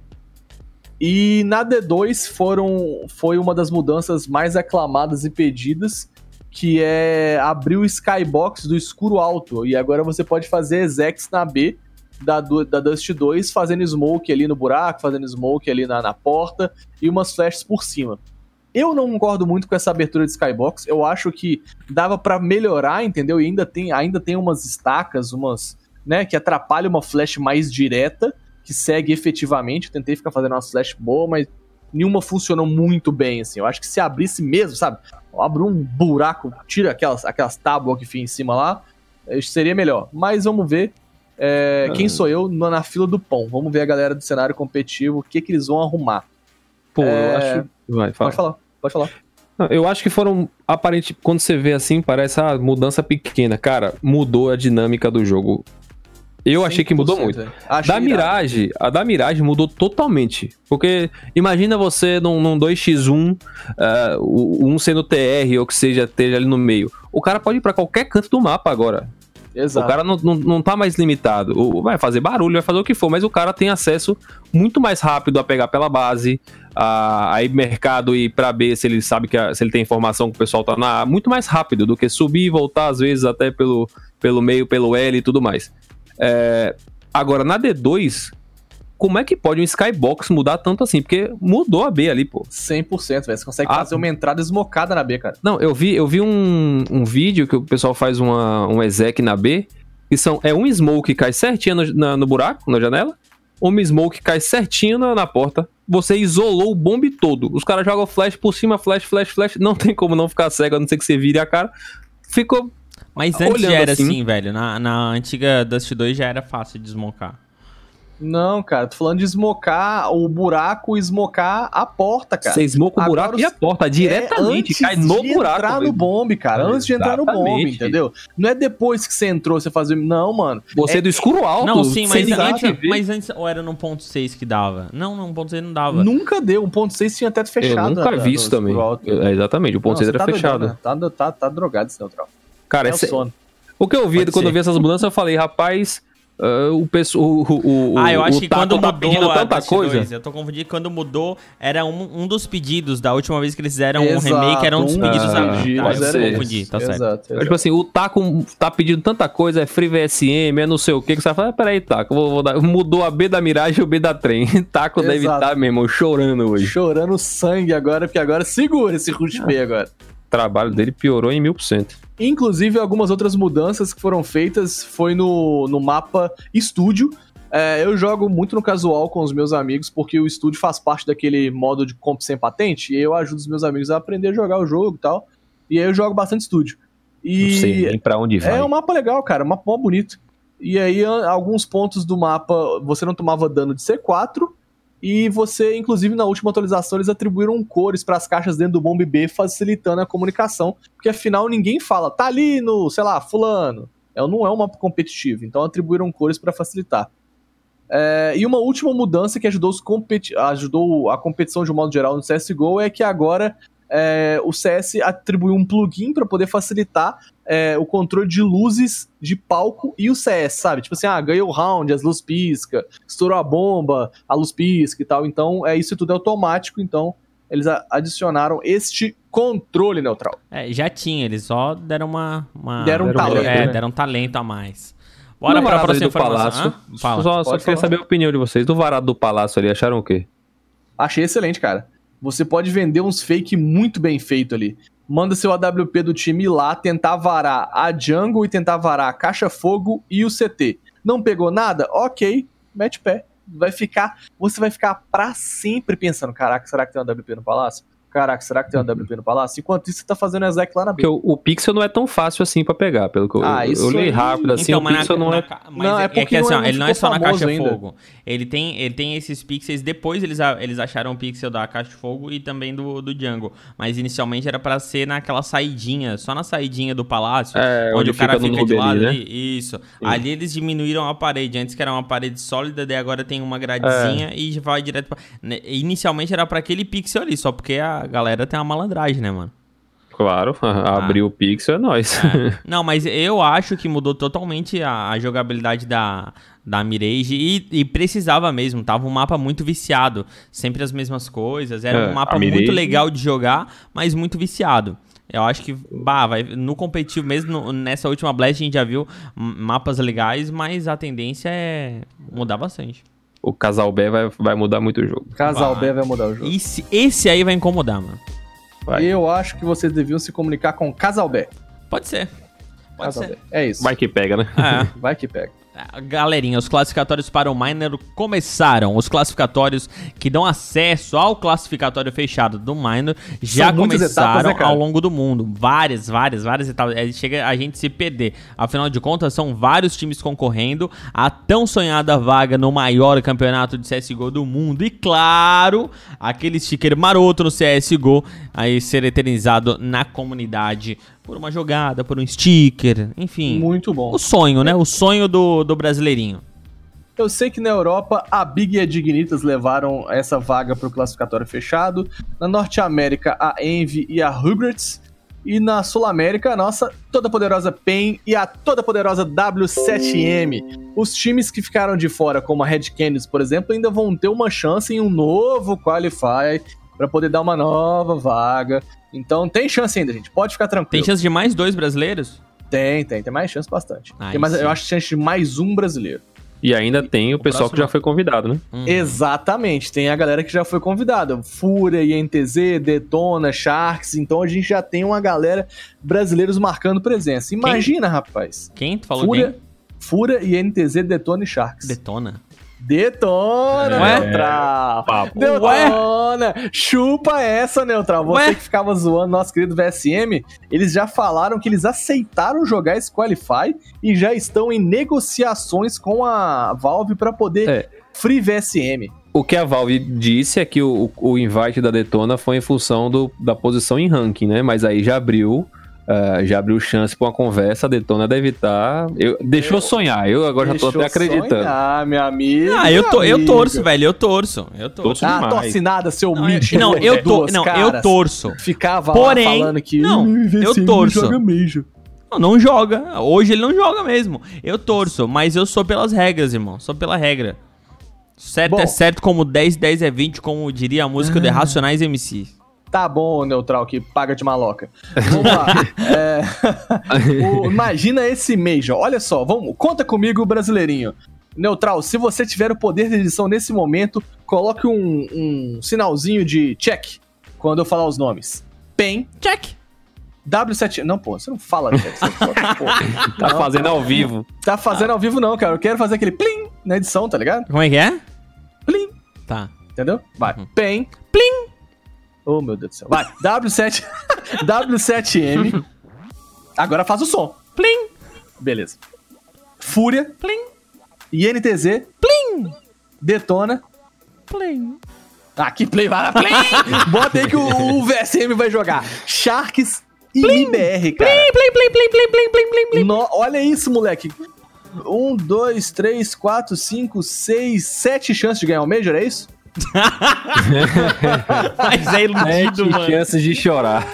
E na D2 foi uma das mudanças mais aclamadas e pedidas, que é abrir o skybox do escuro alto, e agora você pode fazer execs na B da Dust 2, fazendo smoke ali no buraco, fazendo smoke ali na porta, e umas flashes por cima. Eu não concordo muito com essa abertura de skybox, eu acho que dava pra melhorar, entendeu? E ainda tem umas estacas, né, que atrapalham uma flash mais direta, que segue efetivamente. Eu tentei ficar fazendo umas flash boas, mas nenhuma funcionou muito bem, assim. Eu acho que se abrisse mesmo, sabe? Abre um buraco, tira aquelas tábuas que fica em cima lá, seria melhor. Mas vamos ver quem sou eu na fila do pão. Vamos ver a galera do cenário competitivo, o que eles vão arrumar. Pô, eu acho... Pode falar. Não, eu acho que foram, aparentemente, quando você vê assim, parece a mudança pequena. Cara, mudou a dinâmica do jogo. Eu achei que mudou muito. A da Mirage mudou totalmente. Porque imagina você num 2x1, um sendo TR ou que seja, esteja ali no meio. O cara pode ir pra qualquer canto do mapa agora. Exato. O cara não tá mais limitado. Vai fazer barulho, vai fazer o que for, mas o cara tem acesso muito mais rápido a pegar pela base, a ir pro mercado e ir pra B, se ele sabe se ele tem informação que o pessoal tá na A, muito mais rápido do que subir e voltar, às vezes, até pelo meio, pelo L e tudo mais. Agora, na D2, como é que pode um skybox mudar tanto assim? Porque mudou a B ali, pô. 100%, velho. Você consegue fazer uma entrada esmocada na B, cara. Não, eu vi um vídeo que o pessoal faz um exec na B, que um smoke que cai certinho no buraco, na janela, uma smoke que cai certinho na porta. Você isolou o bombe todo. Os caras jogam flash por cima, flash. Não tem como não ficar cego, a não ser que você vire a cara. Ficou... Mas antes já era assim, velho. Na antiga Dust 2 já era fácil de smocar. Não, cara, tô falando de smocar o buraco e smocar a porta, cara. Você smoca o buraco e a porta diretamente, cai no buraco. Antes de entrar no bombe, cara. Antes de entrar no bombe, entendeu? Não é depois que você entrou, você fazer... Não, mano. Você é do escuro alto. Não, sim, mas antes ou era no 1.6 que dava? Não, no 1.6 não dava. Nunca deu. O 1.6 tinha teto fechado. Eu nunca vi isso também. Exatamente, o 1.6 era fechado. Doidão, né? Tá drogado esse neutral. Cara, o que eu vi quando eu vi essas mudanças, eu falei, rapaz... eu acho que quando mudou pedindo tanta coisa. Eu tô confundindo, quando mudou era um dos pedidos da última vez que eles fizeram um remake, era um dos pedidos eu confundi, tá certo. Exato. Tipo assim, o Taco tá pedindo tanta coisa, é Free VSM, é não sei o que você vai falar, peraí, Taco, mudou a B da Mirage e o B da Trem. Taco deve estar, meu irmão, chorando hoje. Chorando sangue agora, porque agora segura esse Rush B agora. O trabalho dele piorou em 1000%. Inclusive, algumas outras mudanças que foram feitas foi no mapa estúdio. Eu jogo muito no casual com os meus amigos, porque o estúdio faz parte daquele modo de comp sem patente, e eu ajudo os meus amigos a aprender a jogar o jogo e tal. E aí eu jogo bastante estúdio. E não sei nem pra onde vai. É um mapa legal, cara, um mapa mó bonito. E aí, alguns pontos do mapa, você não tomava dano de C4, e você, inclusive, na última atualização, eles atribuíram cores para as caixas dentro do bombe B, facilitando a comunicação, porque afinal ninguém fala, tá ali no, sei lá, fulano. Não é um mapa competitivo, então atribuíram cores para facilitar. E uma última mudança que ajudou a competição de um modo geral no CSGO é que agora o CS atribuiu um plugin para poder facilitar o controle de luzes de palco e o CS, sabe? Tipo assim, ganhou o round, as luzes pisca, estourou a bomba, a luz pisca e tal. Então, isso tudo é automático, então eles adicionaram este controle neutral. Já tinha, eles só deram deram um talento, né? Deram um talento a mais. Bora pra próxima informação. Só queria saber a opinião de vocês. Do varado do palácio ali, acharam o quê? Achei excelente, cara. Você pode vender uns fake muito bem feito ali. Manda seu AWP do time ir lá, tentar varar a jungle e tentar varar a caixa fogo e o CT. Não pegou nada? Ok, mete pé. Você vai ficar pra sempre pensando, caraca, será que tem um AWP no palácio? Caraca, será que tem um AWP no palácio? Enquanto isso, você tá fazendo exec lá na B. Porque o pixel não é tão fácil assim pra pegar, pelo que eu li rápido assim, então, o pixel não é... Não, é porque assim, ele não é só na caixa de fogo. Ele tem esses pixels, depois eles acharam o pixel da caixa de fogo e também do jungle. Mas inicialmente era pra ser naquela saidinha, só na saidinha do palácio, onde o cara fica de lado, né? Isso. Sim. Ali eles diminuíram a parede, antes que era uma parede sólida, daí agora tem uma gradezinha e vai direto pra... Inicialmente era pra aquele pixel ali, só porque a galera tem uma malandragem, né, mano? Claro, abrir o pixel é nóis. Não, mas eu acho que mudou totalmente a jogabilidade da Mirage e precisava mesmo, tava um mapa muito viciado, sempre as mesmas coisas, era um mapa muito legal de jogar, mas muito viciado. Eu acho que, no competitivo mesmo, nessa última Blast a gente já viu mapas legais, mas a tendência é mudar bastante. O Casal B vai mudar muito o jogo. Casal B vai mudar o jogo. Esse aí vai incomodar, mano. Eu acho que vocês deviam se comunicar com Casal B. Pode ser. Pode ser. B. É isso. Vai que pega, né? Vai que pega. Galerinha, os classificatórios para o Minor começaram. Os classificatórios que dão acesso ao classificatório fechado do Minor já começaram etapas, né, ao longo do mundo. Várias etapas. Chega a gente se perder. Afinal de contas, são vários times concorrendo a tão sonhada vaga no maior campeonato de CSGO do mundo. E claro, aquele sticker maroto no CSGO aí ser eternizado na comunidade por uma jogada, por um sticker, enfim. Muito bom. O sonho, né? O sonho do brasileirinho. Eu sei que na Europa a Big e a Dignitas levaram essa vaga para o classificatório fechado. Na Norte América a Envy e a Huberts. E na Sul América a nossa toda poderosa PEN e a toda poderosa W7M. Os times que ficaram de fora, como a Red Canids, por exemplo, ainda vão ter uma chance em um novo Qualify para poder dar uma nova vaga. Então tem chance ainda, gente. Pode ficar tranquilo. Tem chance de mais 2 brasileiros? Tem mais chance bastante. Eu acho chance de mais um brasileiro. E ainda tem o pessoal que já foi convidado, né? Exatamente, tem a galera que já foi convidada. Fúria, INTZ, Detona, Sharks. Então a gente já tem uma galera brasileiros marcando presença. Imagina, rapaz. Quem? Tu falou quem? Fúria, INTZ, Detona e Sharks. Detona, Neutral! Detona! Chupa essa, Neutral! Você que ficava zoando nosso querido VSM, eles já falaram que eles aceitaram jogar esse Qualify e já estão em negociações com a Valve para poder free VSM. O que a Valve disse é que o invite da Detona foi em função da posição em ranking, né? Mas aí já abriu chance pra uma conversa, a Detona deve estar... Deixou sonhar, eu agora já tô até acreditando. Sonhar, meu amigo. Eu torço, velho, eu torço. Torço demais. Torce nada, seu mítico. Eu torço. Ficava porém, lá falando que... eu torço. Joga Major. Não joga. Hoje ele não joga mesmo. Eu torço, mas eu sou pelas regras, irmão. Sou pela regra. Certo é certo como 10, 10 é 20, como diria a música do Racionais MC. Tá bom, Neutral, que paga de maloca. Vamos lá. Imagina esse Major. Olha só, conta comigo, brasileirinho. Neutral, se você tiver o poder de edição nesse momento, coloque um sinalzinho de check quando eu falar os nomes. PEN. Check. W7... Não, pô, você não fala check. Tá fazendo ao vivo. Tá fazendo ao vivo não, cara. Eu quero fazer aquele plim na edição, tá ligado? Como é que é? Plim. Tá. Entendeu? Vai. PEN. Plim. Oh, meu Deus do céu. Vai. W7M. Agora faz o som. Plim. Beleza. Fúria. Plim. INTZ. Plim. Detona. Plim. Que play, vai lá. Plim. Bota aí que o VSM vai jogar. Sharks e IBR, cara. Plim. Olha isso, moleque. 1, 2, 3, 4, 5, 6, 7 chances de ganhar o Major, é isso? Mas é iludido, mano. Chances de chorar.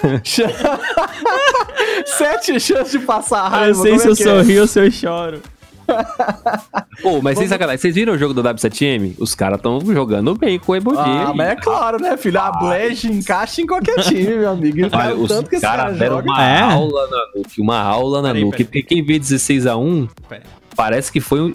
7 chances de passar a raiva. Eu sei se eu sorrio ou se eu choro. Pô, mas vocês viram o jogo do W7M? Os caras estão jogando bem com o Ebodi. Mas é claro, né, filho? A Blast encaixa em qualquer time, meu amigo. Os caras deram uma aula na Nuke. Porque quem vê 16-1, parece que foi um...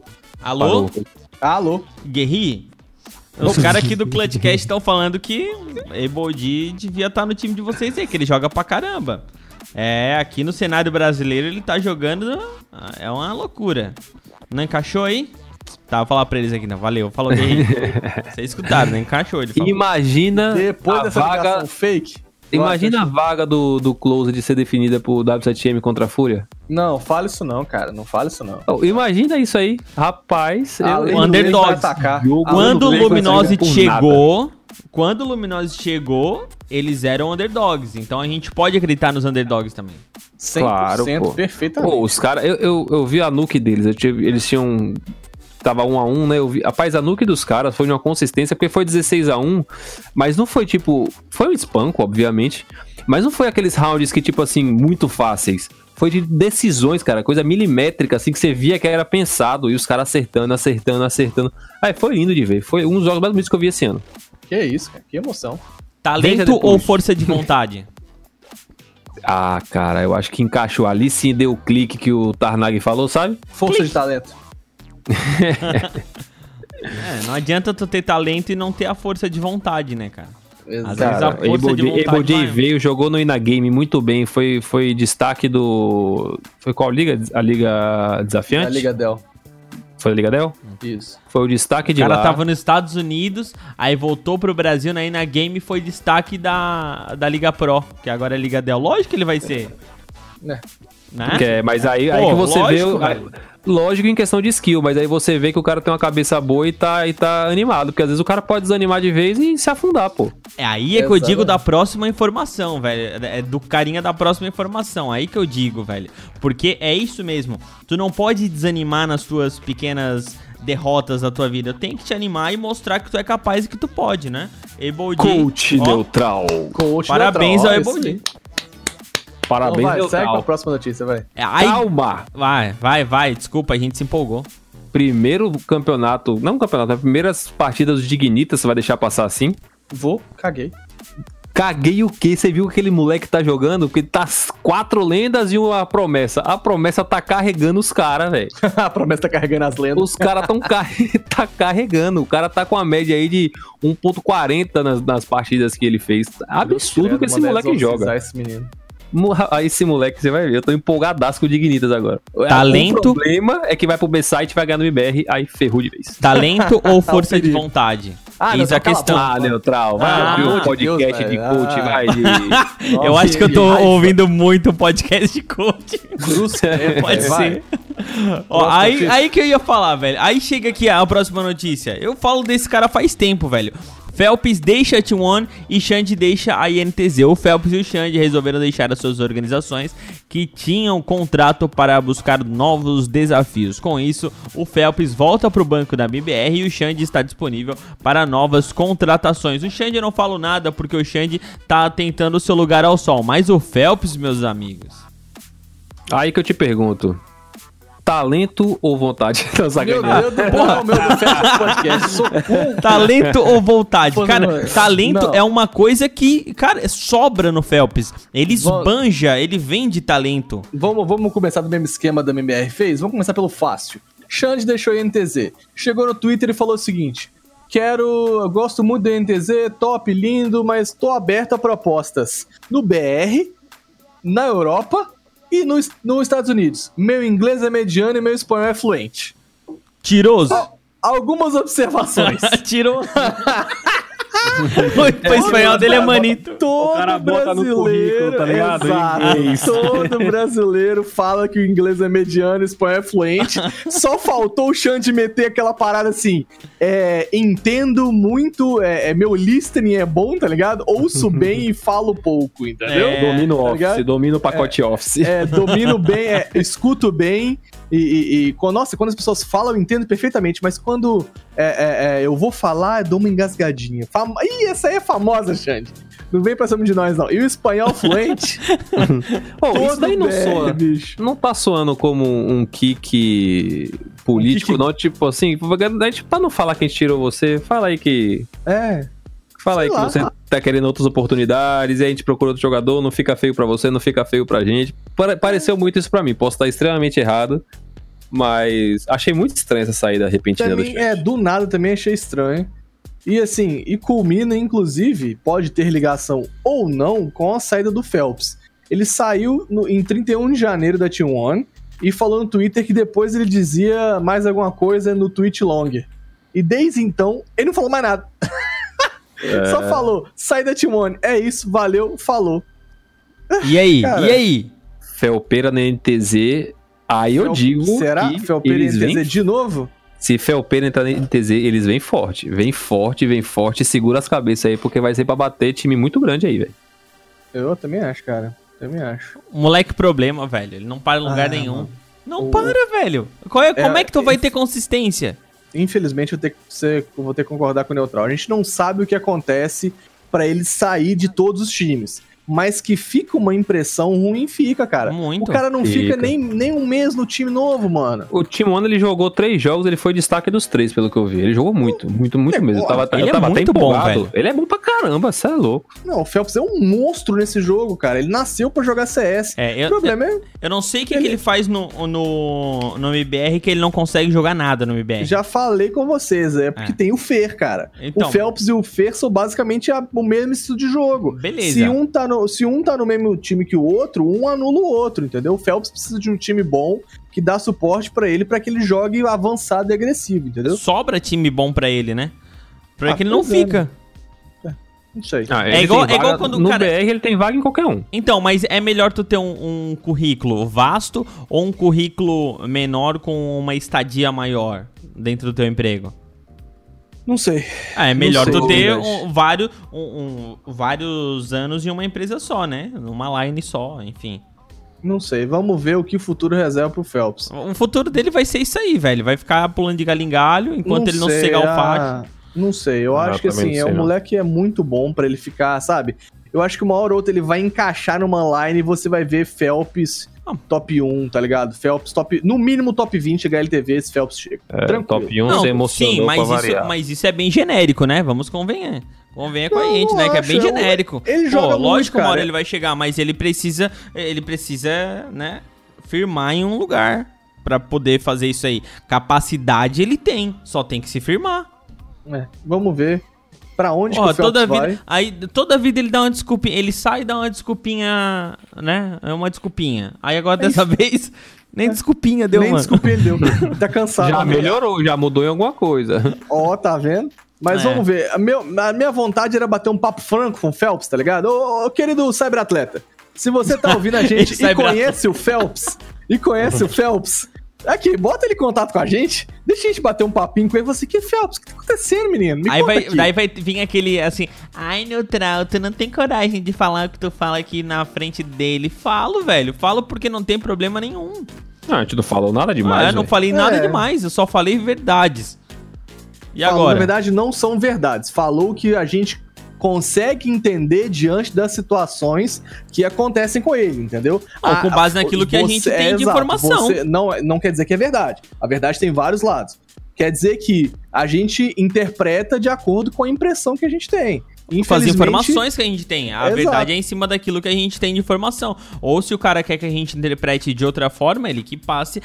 Alô? Guerri? Os caras aqui do Clutchcast estão falando que Ebodi devia estar no time de vocês aí, que ele joga pra caramba. Aqui no cenário brasileiro ele tá jogando... É uma loucura. Não encaixou aí? Tá, vou falar pra eles aqui, não. Valeu, falou Guerri. Vocês escutaram, né? Encaixou, ele falou. Imagina depois dessa vaga fake. Imagina a vaga do Close de ser definida por W7M contra a Fúria. Não, fala isso não, cara. Não fala isso não. Imagina isso aí. Rapaz, o Underdogs. Quando o Luminosity chegou... Quando o Luminosity chegou, eles eram underdogs. Então a gente pode acreditar nos underdogs também. 100%, claro, pô. Perfeitamente. Pô, os caras... Eu vi a nuke deles. Eles tinham... Tava 1-1, né? Rapaz, a nuke dos caras foi de uma consistência, porque foi 16-1, mas não foi tipo... Foi um espanco, obviamente, Mas não foi aqueles rounds que, tipo assim, muito fáceis. Foi de decisões, cara, coisa milimétrica, assim, que você via que era pensado, e os caras acertando. Aí foi lindo de ver, foi um dos jogos mais bonitos que eu vi esse ano. Que isso, cara, que emoção. Talento ou força de vontade? Ah, cara, eu acho que encaixou ali, sim, deu o clique que o Tarnag falou, sabe? Força de talento. Não adianta tu ter talento e não ter a força de vontade, né, cara? Exato. Às vezes a força de vontade Able J vai- veio, jogou no Inagame muito bem, foi destaque do... Foi qual liga? A Liga Desafiante? A Liga Dell. Foi a Liga Dell? Isso. Foi o destaque de O cara lá. tava nos Estados Unidos, aí voltou pro Brasil na Inagame e foi destaque da Liga Pro, que agora é Liga Dell. Lógico que ele vai ser, Né? né? Mas aí Pô, que você lógico, vê... velho. Lógico em questão de skill, mas aí você vê que o cara tem uma cabeça boa e tá animado, porque às vezes o cara pode desanimar de vez e se afundar, pô. É aí que eu digo da próxima informação, velho. É do carinha da próxima informação. Aí que eu digo, velho. Porque é isso mesmo. Tu não pode desanimar nas tuas pequenas derrotas da tua vida. Tem que te animar e mostrar que tu é capaz e que tu pode, né? Able J, Coach ó, neutral. Coach Parabéns neutral, ao ó, isso Able aí. J. Parabéns, Então vai, segue neutral. pra próxima notícia, vai. Aí, Calma! vai. Desculpa, a gente se empolgou. Primeiro campeonato, não campeonato, primeiras partidas do Dignitas, você vai deixar passar assim? Caguei. Caguei o quê? Você viu que aquele moleque tá jogando? Porque tá 4 lendas e uma promessa. A promessa tá carregando os caras, velho. A promessa tá carregando as lendas. Os caras tá carregando. O cara tá com a média aí de 1.40 nas partidas que ele fez. Absurdo que esse moleque joga. Esse menino. Aí esse moleque, você vai ver. Eu tô empolgadaço com o Dignitas agora. Talento- O problema é que vai pro B-Site, vai ganhar no IBR, aí ferrou de vez. Talento ou força de perigo. vontade? Ah, Eis não, a cala a questão. boca. Ah, neutral. Vai Ah, ouvir pelo o amor de podcast Deus, de velho. coach, Ah. vai de... Eu acho que eu tô raiva. ouvindo muito podcast de coach. Cruz, Pode vai. ser. Ó, Próxima aí, notícia. aí que eu ia falar, velho. Aí chega aqui a próxima notícia. Eu falo desse cara faz tempo, velho. Phelps deixa a T1 e Xande deixa a INTZ. O Phelps e o Xande resolveram deixar as suas organizações que tinham contrato para buscar novos desafios. Com isso, o Phelps volta pro banco da MBR e o Xande está disponível para novas contratações. O Xande eu não falo nada porque o Xande tá tentando o seu lugar ao sol. Mas o Phelps, meus amigos... Aí que eu te pergunto, talento ou vontade? Não, Meu sacanagem. Deus, porra, meu Deus, fecha esse podcast. Socorro. Talento ou vontade? Pô, Cara, não, talento não. é uma coisa que, cara, sobra no Phelps. Ele Vamos- esbanja, ele vende talento. Vamos começar do mesmo esquema da MBR fez? Vamos começar pelo fácil. Xande deixou a INTZ. Chegou no Twitter e falou o seguinte: eu gosto muito da INTZ, top, lindo, mas tô aberto a propostas no BR, na Europa e nos Estados Unidos. Meu inglês é mediano e meu espanhol é fluente. Tiroso. Algumas observações. Tirou. O espanhol dele é manito. Todo cara bota no currículo, tá ligado? Exato. Inglês. Todo brasileiro fala que o inglês é mediano, o espanhol é fluente. Só faltou o Xande meter aquela parada assim. Entendo muito, meu listening é bom, tá ligado? Ouço bem e falo pouco, entendeu? Domino tá Office, ligado? domino o pacote Office. Domino bem, escuto bem. Nossa, quando as pessoas falam, eu entendo perfeitamente, mas quando eu vou falar, eu dou uma engasgadinha. Ih, essa aí é famosa, Xande. Não vem pra cima de nós, não. E o espanhol fluente? Pô, isso daí não BR, soa. bicho. Não tá soando como um kick político, não? Tipo assim, pra não falar quem tirou você, fala aí que. Fala aí Sei que lá. você tá querendo outras oportunidades, e a gente procura outro jogador, não fica feio pra você, não fica feio pra gente. Pareceu muito isso pra mim, posso estar extremamente errado, mas achei muito estranha essa saída repentina do Também, Xande. do nada também achei estranho. E assim, culmina, inclusive, pode ter ligação ou não com a saída do Phelps. Ele saiu em 31 de janeiro da T1 e falou no Twitter que depois ele dizia mais alguma coisa no tweet longer. E desde então, ele não falou mais nada. Só falou, sai da T1, é isso, valeu, falou. E aí? Cara, E aí? Felpeira na NTZ, aí eu digo será? que Felpeira eles NTZ vêm... de novo? Se Felpeira entrar na NTZ, eles vêm forte. Vem forte, segura as cabeças aí, porque vai ser pra bater time muito grande aí, velho. Eu também acho, cara. Também acho. Moleque problema, velho. Ele não para em lugar nenhum. Mano. Não para, velho. Como é que tu vai ter consistência? Infelizmente, eu vou ter que concordar com o Neutral. A gente não sabe o que acontece pra ele sair de todos os times. mas que fica uma impressão ruim, fica, cara. Muito. O cara não fica nem um mês no time novo, mano. O Timono, ele jogou 3 jogos, ele foi destaque dos 3, pelo que eu vi. Ele jogou muito mesmo. Eu tava ele é até muito bom, velho. Ele é bom pra caramba, você é louco. Não, o Phelps é um monstro nesse jogo, cara. Ele nasceu pra jogar CS. O problema é... Eu não sei o que ele faz no MBR que ele não consegue jogar nada no MBR. Já falei com vocês, porque tem o Fer, cara. Então, o Phelps e o Fer são basicamente o mesmo estilo de jogo. Beleza. Se um tá no mesmo time que o outro, um anula o outro, entendeu? O Phelps precisa de um time bom que dá suporte pra ele que ele jogue avançado e agressivo, entendeu? Sobra time bom pra ele, né? Porque ele não fica. Não sei. É igual quando o cara... No BR ele tem vaga em qualquer um. Então, mas é melhor tu ter um currículo vasto ou um currículo menor com uma estadia maior dentro do teu emprego? Não sei. É melhor Não sei, tu ter verdade. vários anos em uma empresa só, né? Numa line só, enfim. Não sei. Vamos ver o que o futuro reserva pro Phelps. O futuro dele vai ser isso aí, velho. Vai ficar pulando de galho em galho enquanto ele não cegar o facho. Não sei. Eu acho que assim, o moleque é muito bom pra ele ficar, sabe? Eu acho que uma hora ou outra ele vai encaixar numa line e você vai ver Phelps top 1, tá ligado? Phelps no mínimo top 20 HLTV, esse Phelps chega. Tranquilo. Top 1 você emocionou pra variar. Mas isso é bem genérico, né? Vamos convenha. Convenha com a gente, né? Que é bem genérico. Ele joga muito, lógico, cara. Uma hora ele vai chegar, mas ele precisa, né, firmar em um lugar pra poder fazer isso aí. Capacidade ele tem, só tem que se firmar. Vamos ver pra onde que o Phelps vai. Toda vida ele dá uma desculpinha, ele sai e dá uma desculpinha, né? É uma desculpinha. Aí agora dessa vez, nem desculpinha deu, mano. Nem desculpinha deu. Tá cansado. Já melhorou, já mudou em alguma coisa. Tá vendo? Mas vamos ver. A minha vontade era bater um papo franco com o Phelps, tá ligado? Ô, querido cyberatleta, se você tá ouvindo a gente e conhece o Phelps, aqui, bota ele em contato com a gente, deixa a gente bater um papinho com ele e fala assim, que Phelps, o que tá acontecendo, menino? Daí vai vir aquele assim, ai, Neutral, tu não tem coragem de falar o que tu fala aqui na frente dele. Falo, velho, falo porque não tem problema nenhum. Não, a gente não falou nada demais. Eu não falei nada demais, eu só falei verdades. E agora? Na verdade, não são verdades. Falou que a gente consegue entender diante das situações que acontecem com ele, entendeu? Com base naquilo que a gente tem de informação. Não quer dizer que é verdade. A verdade tem vários lados. Quer dizer que a gente interpreta de acordo com a impressão que a gente tem. Com as informações que a gente tem. A verdade é em cima daquilo que a gente tem de informação. Ou se o cara quer que a gente interprete de outra forma, ele que passe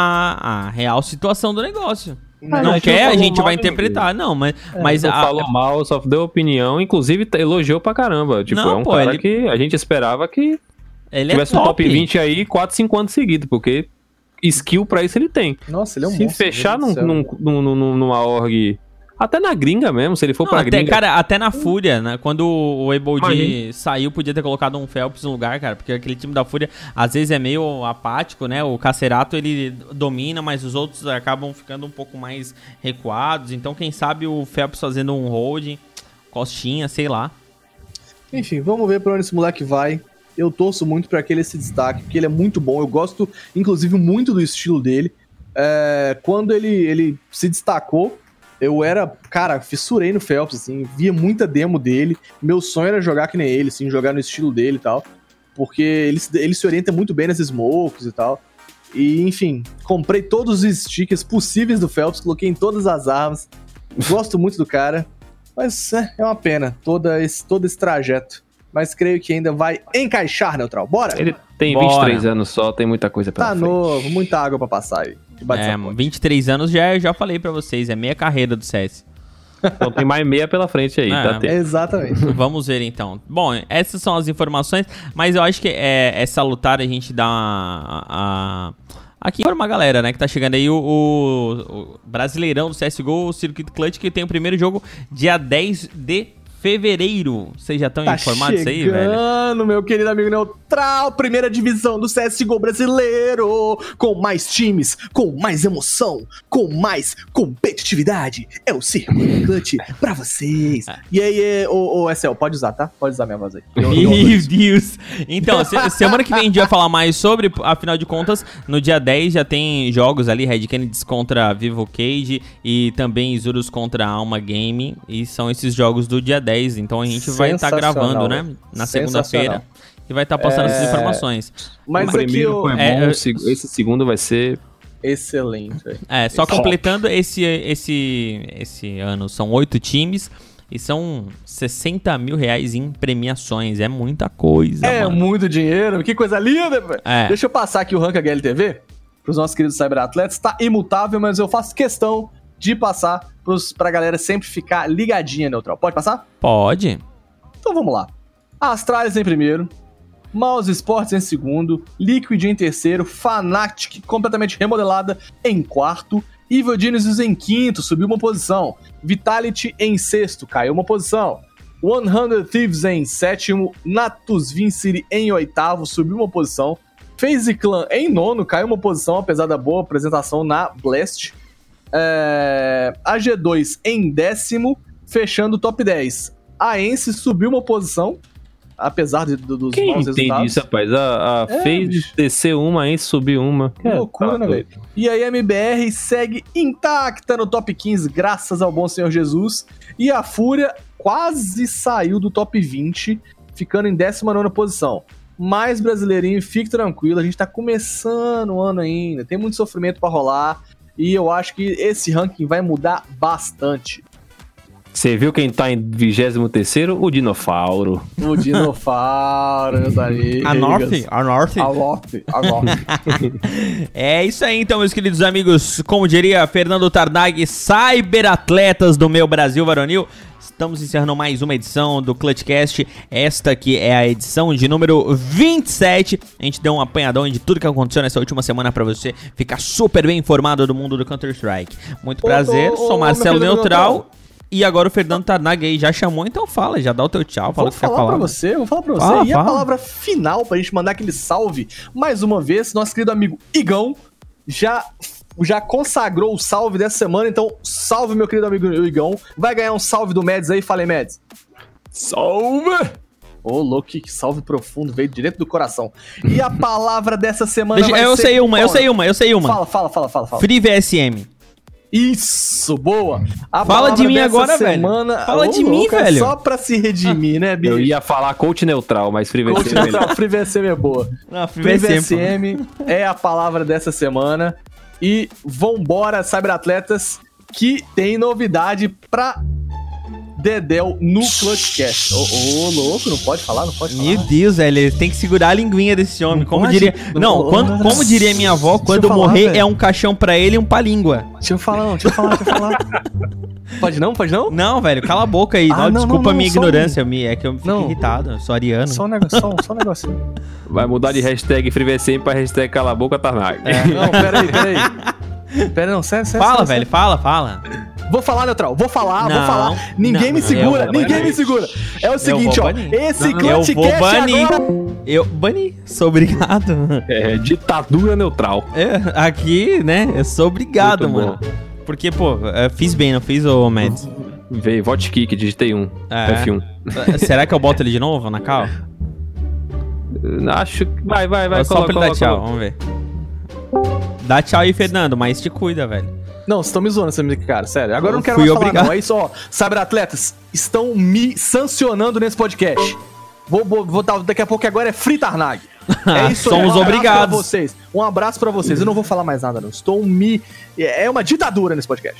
a real situação do negócio. Não quer, a gente vai interpretar. Não, mas não falou mal, só deu opinião, inclusive elogiou pra caramba. Tipo, cara que a gente esperava que tivesse um top 20 aí 4, 5 anos seguidos, porque skill pra isso ele tem. Nossa, ele é um monstro. Se fechar numa org, até na gringa mesmo, se ele for pra gringa. Cara, até na Fúria, né? Quando o Ebold saiu, podia ter colocado um Phelps no lugar, cara, porque aquele time da Fúria às vezes é meio apático, né? O Cacerato, ele domina, mas os outros acabam ficando um pouco mais recuados. Então, quem sabe o Phelps fazendo um holding, costinha, sei lá. Enfim, vamos ver pra onde esse moleque vai. Eu torço muito pra que ele se destaque, porque ele é muito bom. Eu gosto, inclusive, muito do estilo dele. Quando ele se destacou, eu fissurei no Phelps, assim, via muita demo dele. Meu sonho era jogar que nem ele, assim, jogar no estilo dele e tal. Porque ele se orienta muito bem nas smokes e tal. E, enfim, comprei todos os stickers possíveis do Phelps, coloquei em todas as armas. Gosto muito do cara, mas é uma pena todo esse trajeto. Mas creio que ainda vai encaixar, Neutral. Bora? Ele tem 23 anos só, tem muita coisa pra frente. Tá novo, muita água pra passar aí. 23 anos já falei pra vocês, é meia carreira do CS. Então tem mais meia pela frente aí, tá? Exatamente. Vamos ver então. Bom, essas são as informações, mas eu acho que é salutar a gente dar aqui informa a galera, né, que tá chegando aí o Brasileirão do CSGO, o Circuit Clutch, que tem o primeiro jogo dia 10 de fevereiro. Vocês já estão informados disso aí, velho? Chegando, meu querido amigo Neutral, primeira divisão do CSGO brasileiro, com mais times, com mais emoção, com mais competitividade. É o Circuit Clutch pra vocês. E aí, ô Excel, pode usar, tá? Pode usar minha voz aí. Meu Deus. Então, semana que vem a gente vai falar mais sobre, afinal de contas, no dia 10 já tem jogos ali, Red Kennedy contra Vivo Cage e também Isurus contra Alma Game, e são esses jogos do dia 10. 10, então a gente vai estar gravando, né? Na segunda-feira. E vai estar passando essas informações. Mas o primeiro foi bom, esse segundo vai ser... excelente. Só completando esse ano, são 8 times e são 60 mil reais em premiações. É muita coisa, mano. Muito dinheiro, que coisa linda. Deixa eu passar aqui o Rank HLTV pros nossos queridos cyberatletas. Tá imutável, mas eu faço questão de passar pra galera sempre ficar ligadinha, Neutral. Pode passar? Pode. Então vamos lá. Astralis em primeiro, Mouse Sports em segundo, Liquid em terceiro, Fnatic completamente remodelada em quarto, Evil Geniuses em quinto, subiu uma posição, Vitality em sexto, caiu uma posição, 100 Thieves em sétimo, Natus Vincere em oitavo, subiu uma posição, FaZe Clan em nono, caiu uma posição, apesar da boa apresentação na Blast, a G2 em décimo, fechando o top 10. A Ence subiu uma posição, apesar dos Quem maus entende resultados. isso, rapaz? A FaZe descer uma, a Ence subir uma. Que loucura, né, velho? E a MBR segue intacta no top 15, graças ao bom Senhor Jesus. E a Fúria quase saiu do top 20, ficando em 19ª posição. Mas, brasileirinho, fique tranquilo, a gente tá começando o ano ainda, tem muito sofrimento pra rolar. E eu acho que esse ranking vai mudar bastante. Você viu quem tá em 23º? O Dinofauro. O Dinofauro, meus amigos. A North. É isso aí então, meus queridos amigos. Como diria Fernando Tarnag, cyberatletas do meu Brasil varonil. Estamos encerrando mais uma edição do Clutchcast. Esta que é a edição de número 27. A gente deu um apanhadão de tudo que aconteceu nessa última semana pra você ficar super bem informado do mundo do Counter-Strike. Muito prazer, sou Marcelo Neutral. E agora o Fernando Tarnag aí já chamou, então fala, já dá o teu tchau. Vou falar pra você. E a palavra final pra gente mandar aquele salve, mais uma vez, nosso querido amigo Igão já consagrou o salve dessa semana, então salve meu querido amigo Igão. Vai ganhar um salve do Mads aí, fala aí, Mads. Salve! Ô, louco, que salve profundo, veio direto do coração. E a palavra dessa semana eu sei uma. Fala. Free VSM. Isso, boa. Fala de mim agora, semana, velho. Fala de mim, velho. Só pra se redimir, né, bicho? Eu ia falar coach neutral, mas Free VSM coach neutral, Free VSM é boa. Não, Free VSM é a palavra dessa semana. E vambora, cyberatletas, que tem novidade pra Dedéu no Clutchcast. Ô, louco, não pode falar. Meu Deus, velho, ele tem que segurar a linguinha desse homem. Como diria minha avó, quando morrer velho. É um caixão pra ele e um pra língua. Deixa eu falar. Pode não? Não, velho, cala a boca aí. Desculpa a minha ignorância, é que eu fico irritado, eu sou ariano. Só um negocinho. Vai mudar de hashtag FreeVSM pra hashtag cala a boca, Tarnag. Não, peraí. Pera, não, sério. Fala, velho, fala. Vou falar, Neutral. Vou falar. Ninguém me segura. É o seguinte, ó. Esse Clutchcast agora... Eu bani. Sou obrigado. É, ditadura neutral. Aqui, né, eu sou obrigado, muito mano. Bom. Porque, pô, fiz bem, não fiz, ô Mads? Veio, vote kick, digitei F1. Será que eu boto ele de novo na cal? Acho que... Vai. Só pra ele dar tchau, vamos ver. Dá tchau aí, Fernando, mas te cuida, velho. Não, vocês estão me zoando essa música, cara, sério. Agora eu não quero mais falar, não. É isso, ó. Cyberatletas estão me sancionando nesse podcast. Vou dar daqui a pouco, agora é Free Tarnag. É isso aí. Somos obrigados. Um abraço pra vocês. Eu não vou falar mais nada, não. É uma ditadura nesse podcast.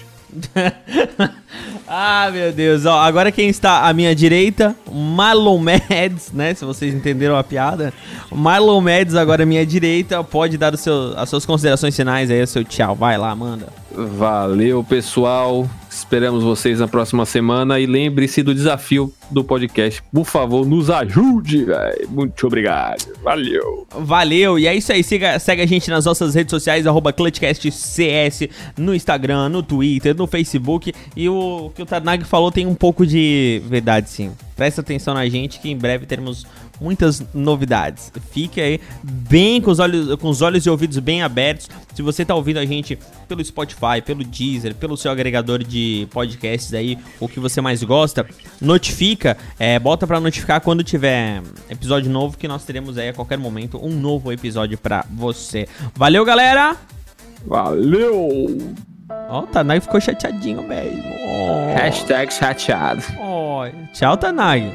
Ah, meu Deus. Ó, agora quem está à minha direita, Marlon Mads, né? Se vocês entenderam a piada. Marlon Mads agora à minha direita. Pode dar as suas considerações finais aí, o seu tchau. Vai lá, manda. Valeu, pessoal. Esperamos vocês na próxima semana. E lembre-se do desafio do podcast. Por favor, nos ajude, velho. Muito obrigado. Valeu. E é isso aí. Segue a gente nas nossas redes sociais, @ClutchCastCS, no Instagram, no Twitter, no Facebook. E o que o Tarnag falou tem um pouco de verdade, sim. Presta atenção na gente que em breve teremos muitas novidades. Fique aí bem com os olhos e ouvidos bem abertos. Se você tá ouvindo a gente pelo Spotify, pelo Deezer, pelo seu agregador de podcasts aí, o que você mais gosta, notifica, bota pra notificar quando tiver episódio novo, que nós teremos aí a qualquer momento um novo episódio pra você. Valeu, galera! Valeu! Ó, o Tanag ficou chateadinho mesmo. Oh. Hashtag chateado. Oh. Tchau, Tanag.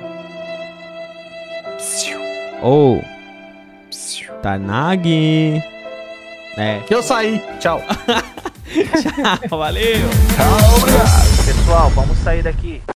Oh. Tanag. É. Eu saí. Tchau. Tchau, valeu. Pessoal, vamos sair daqui.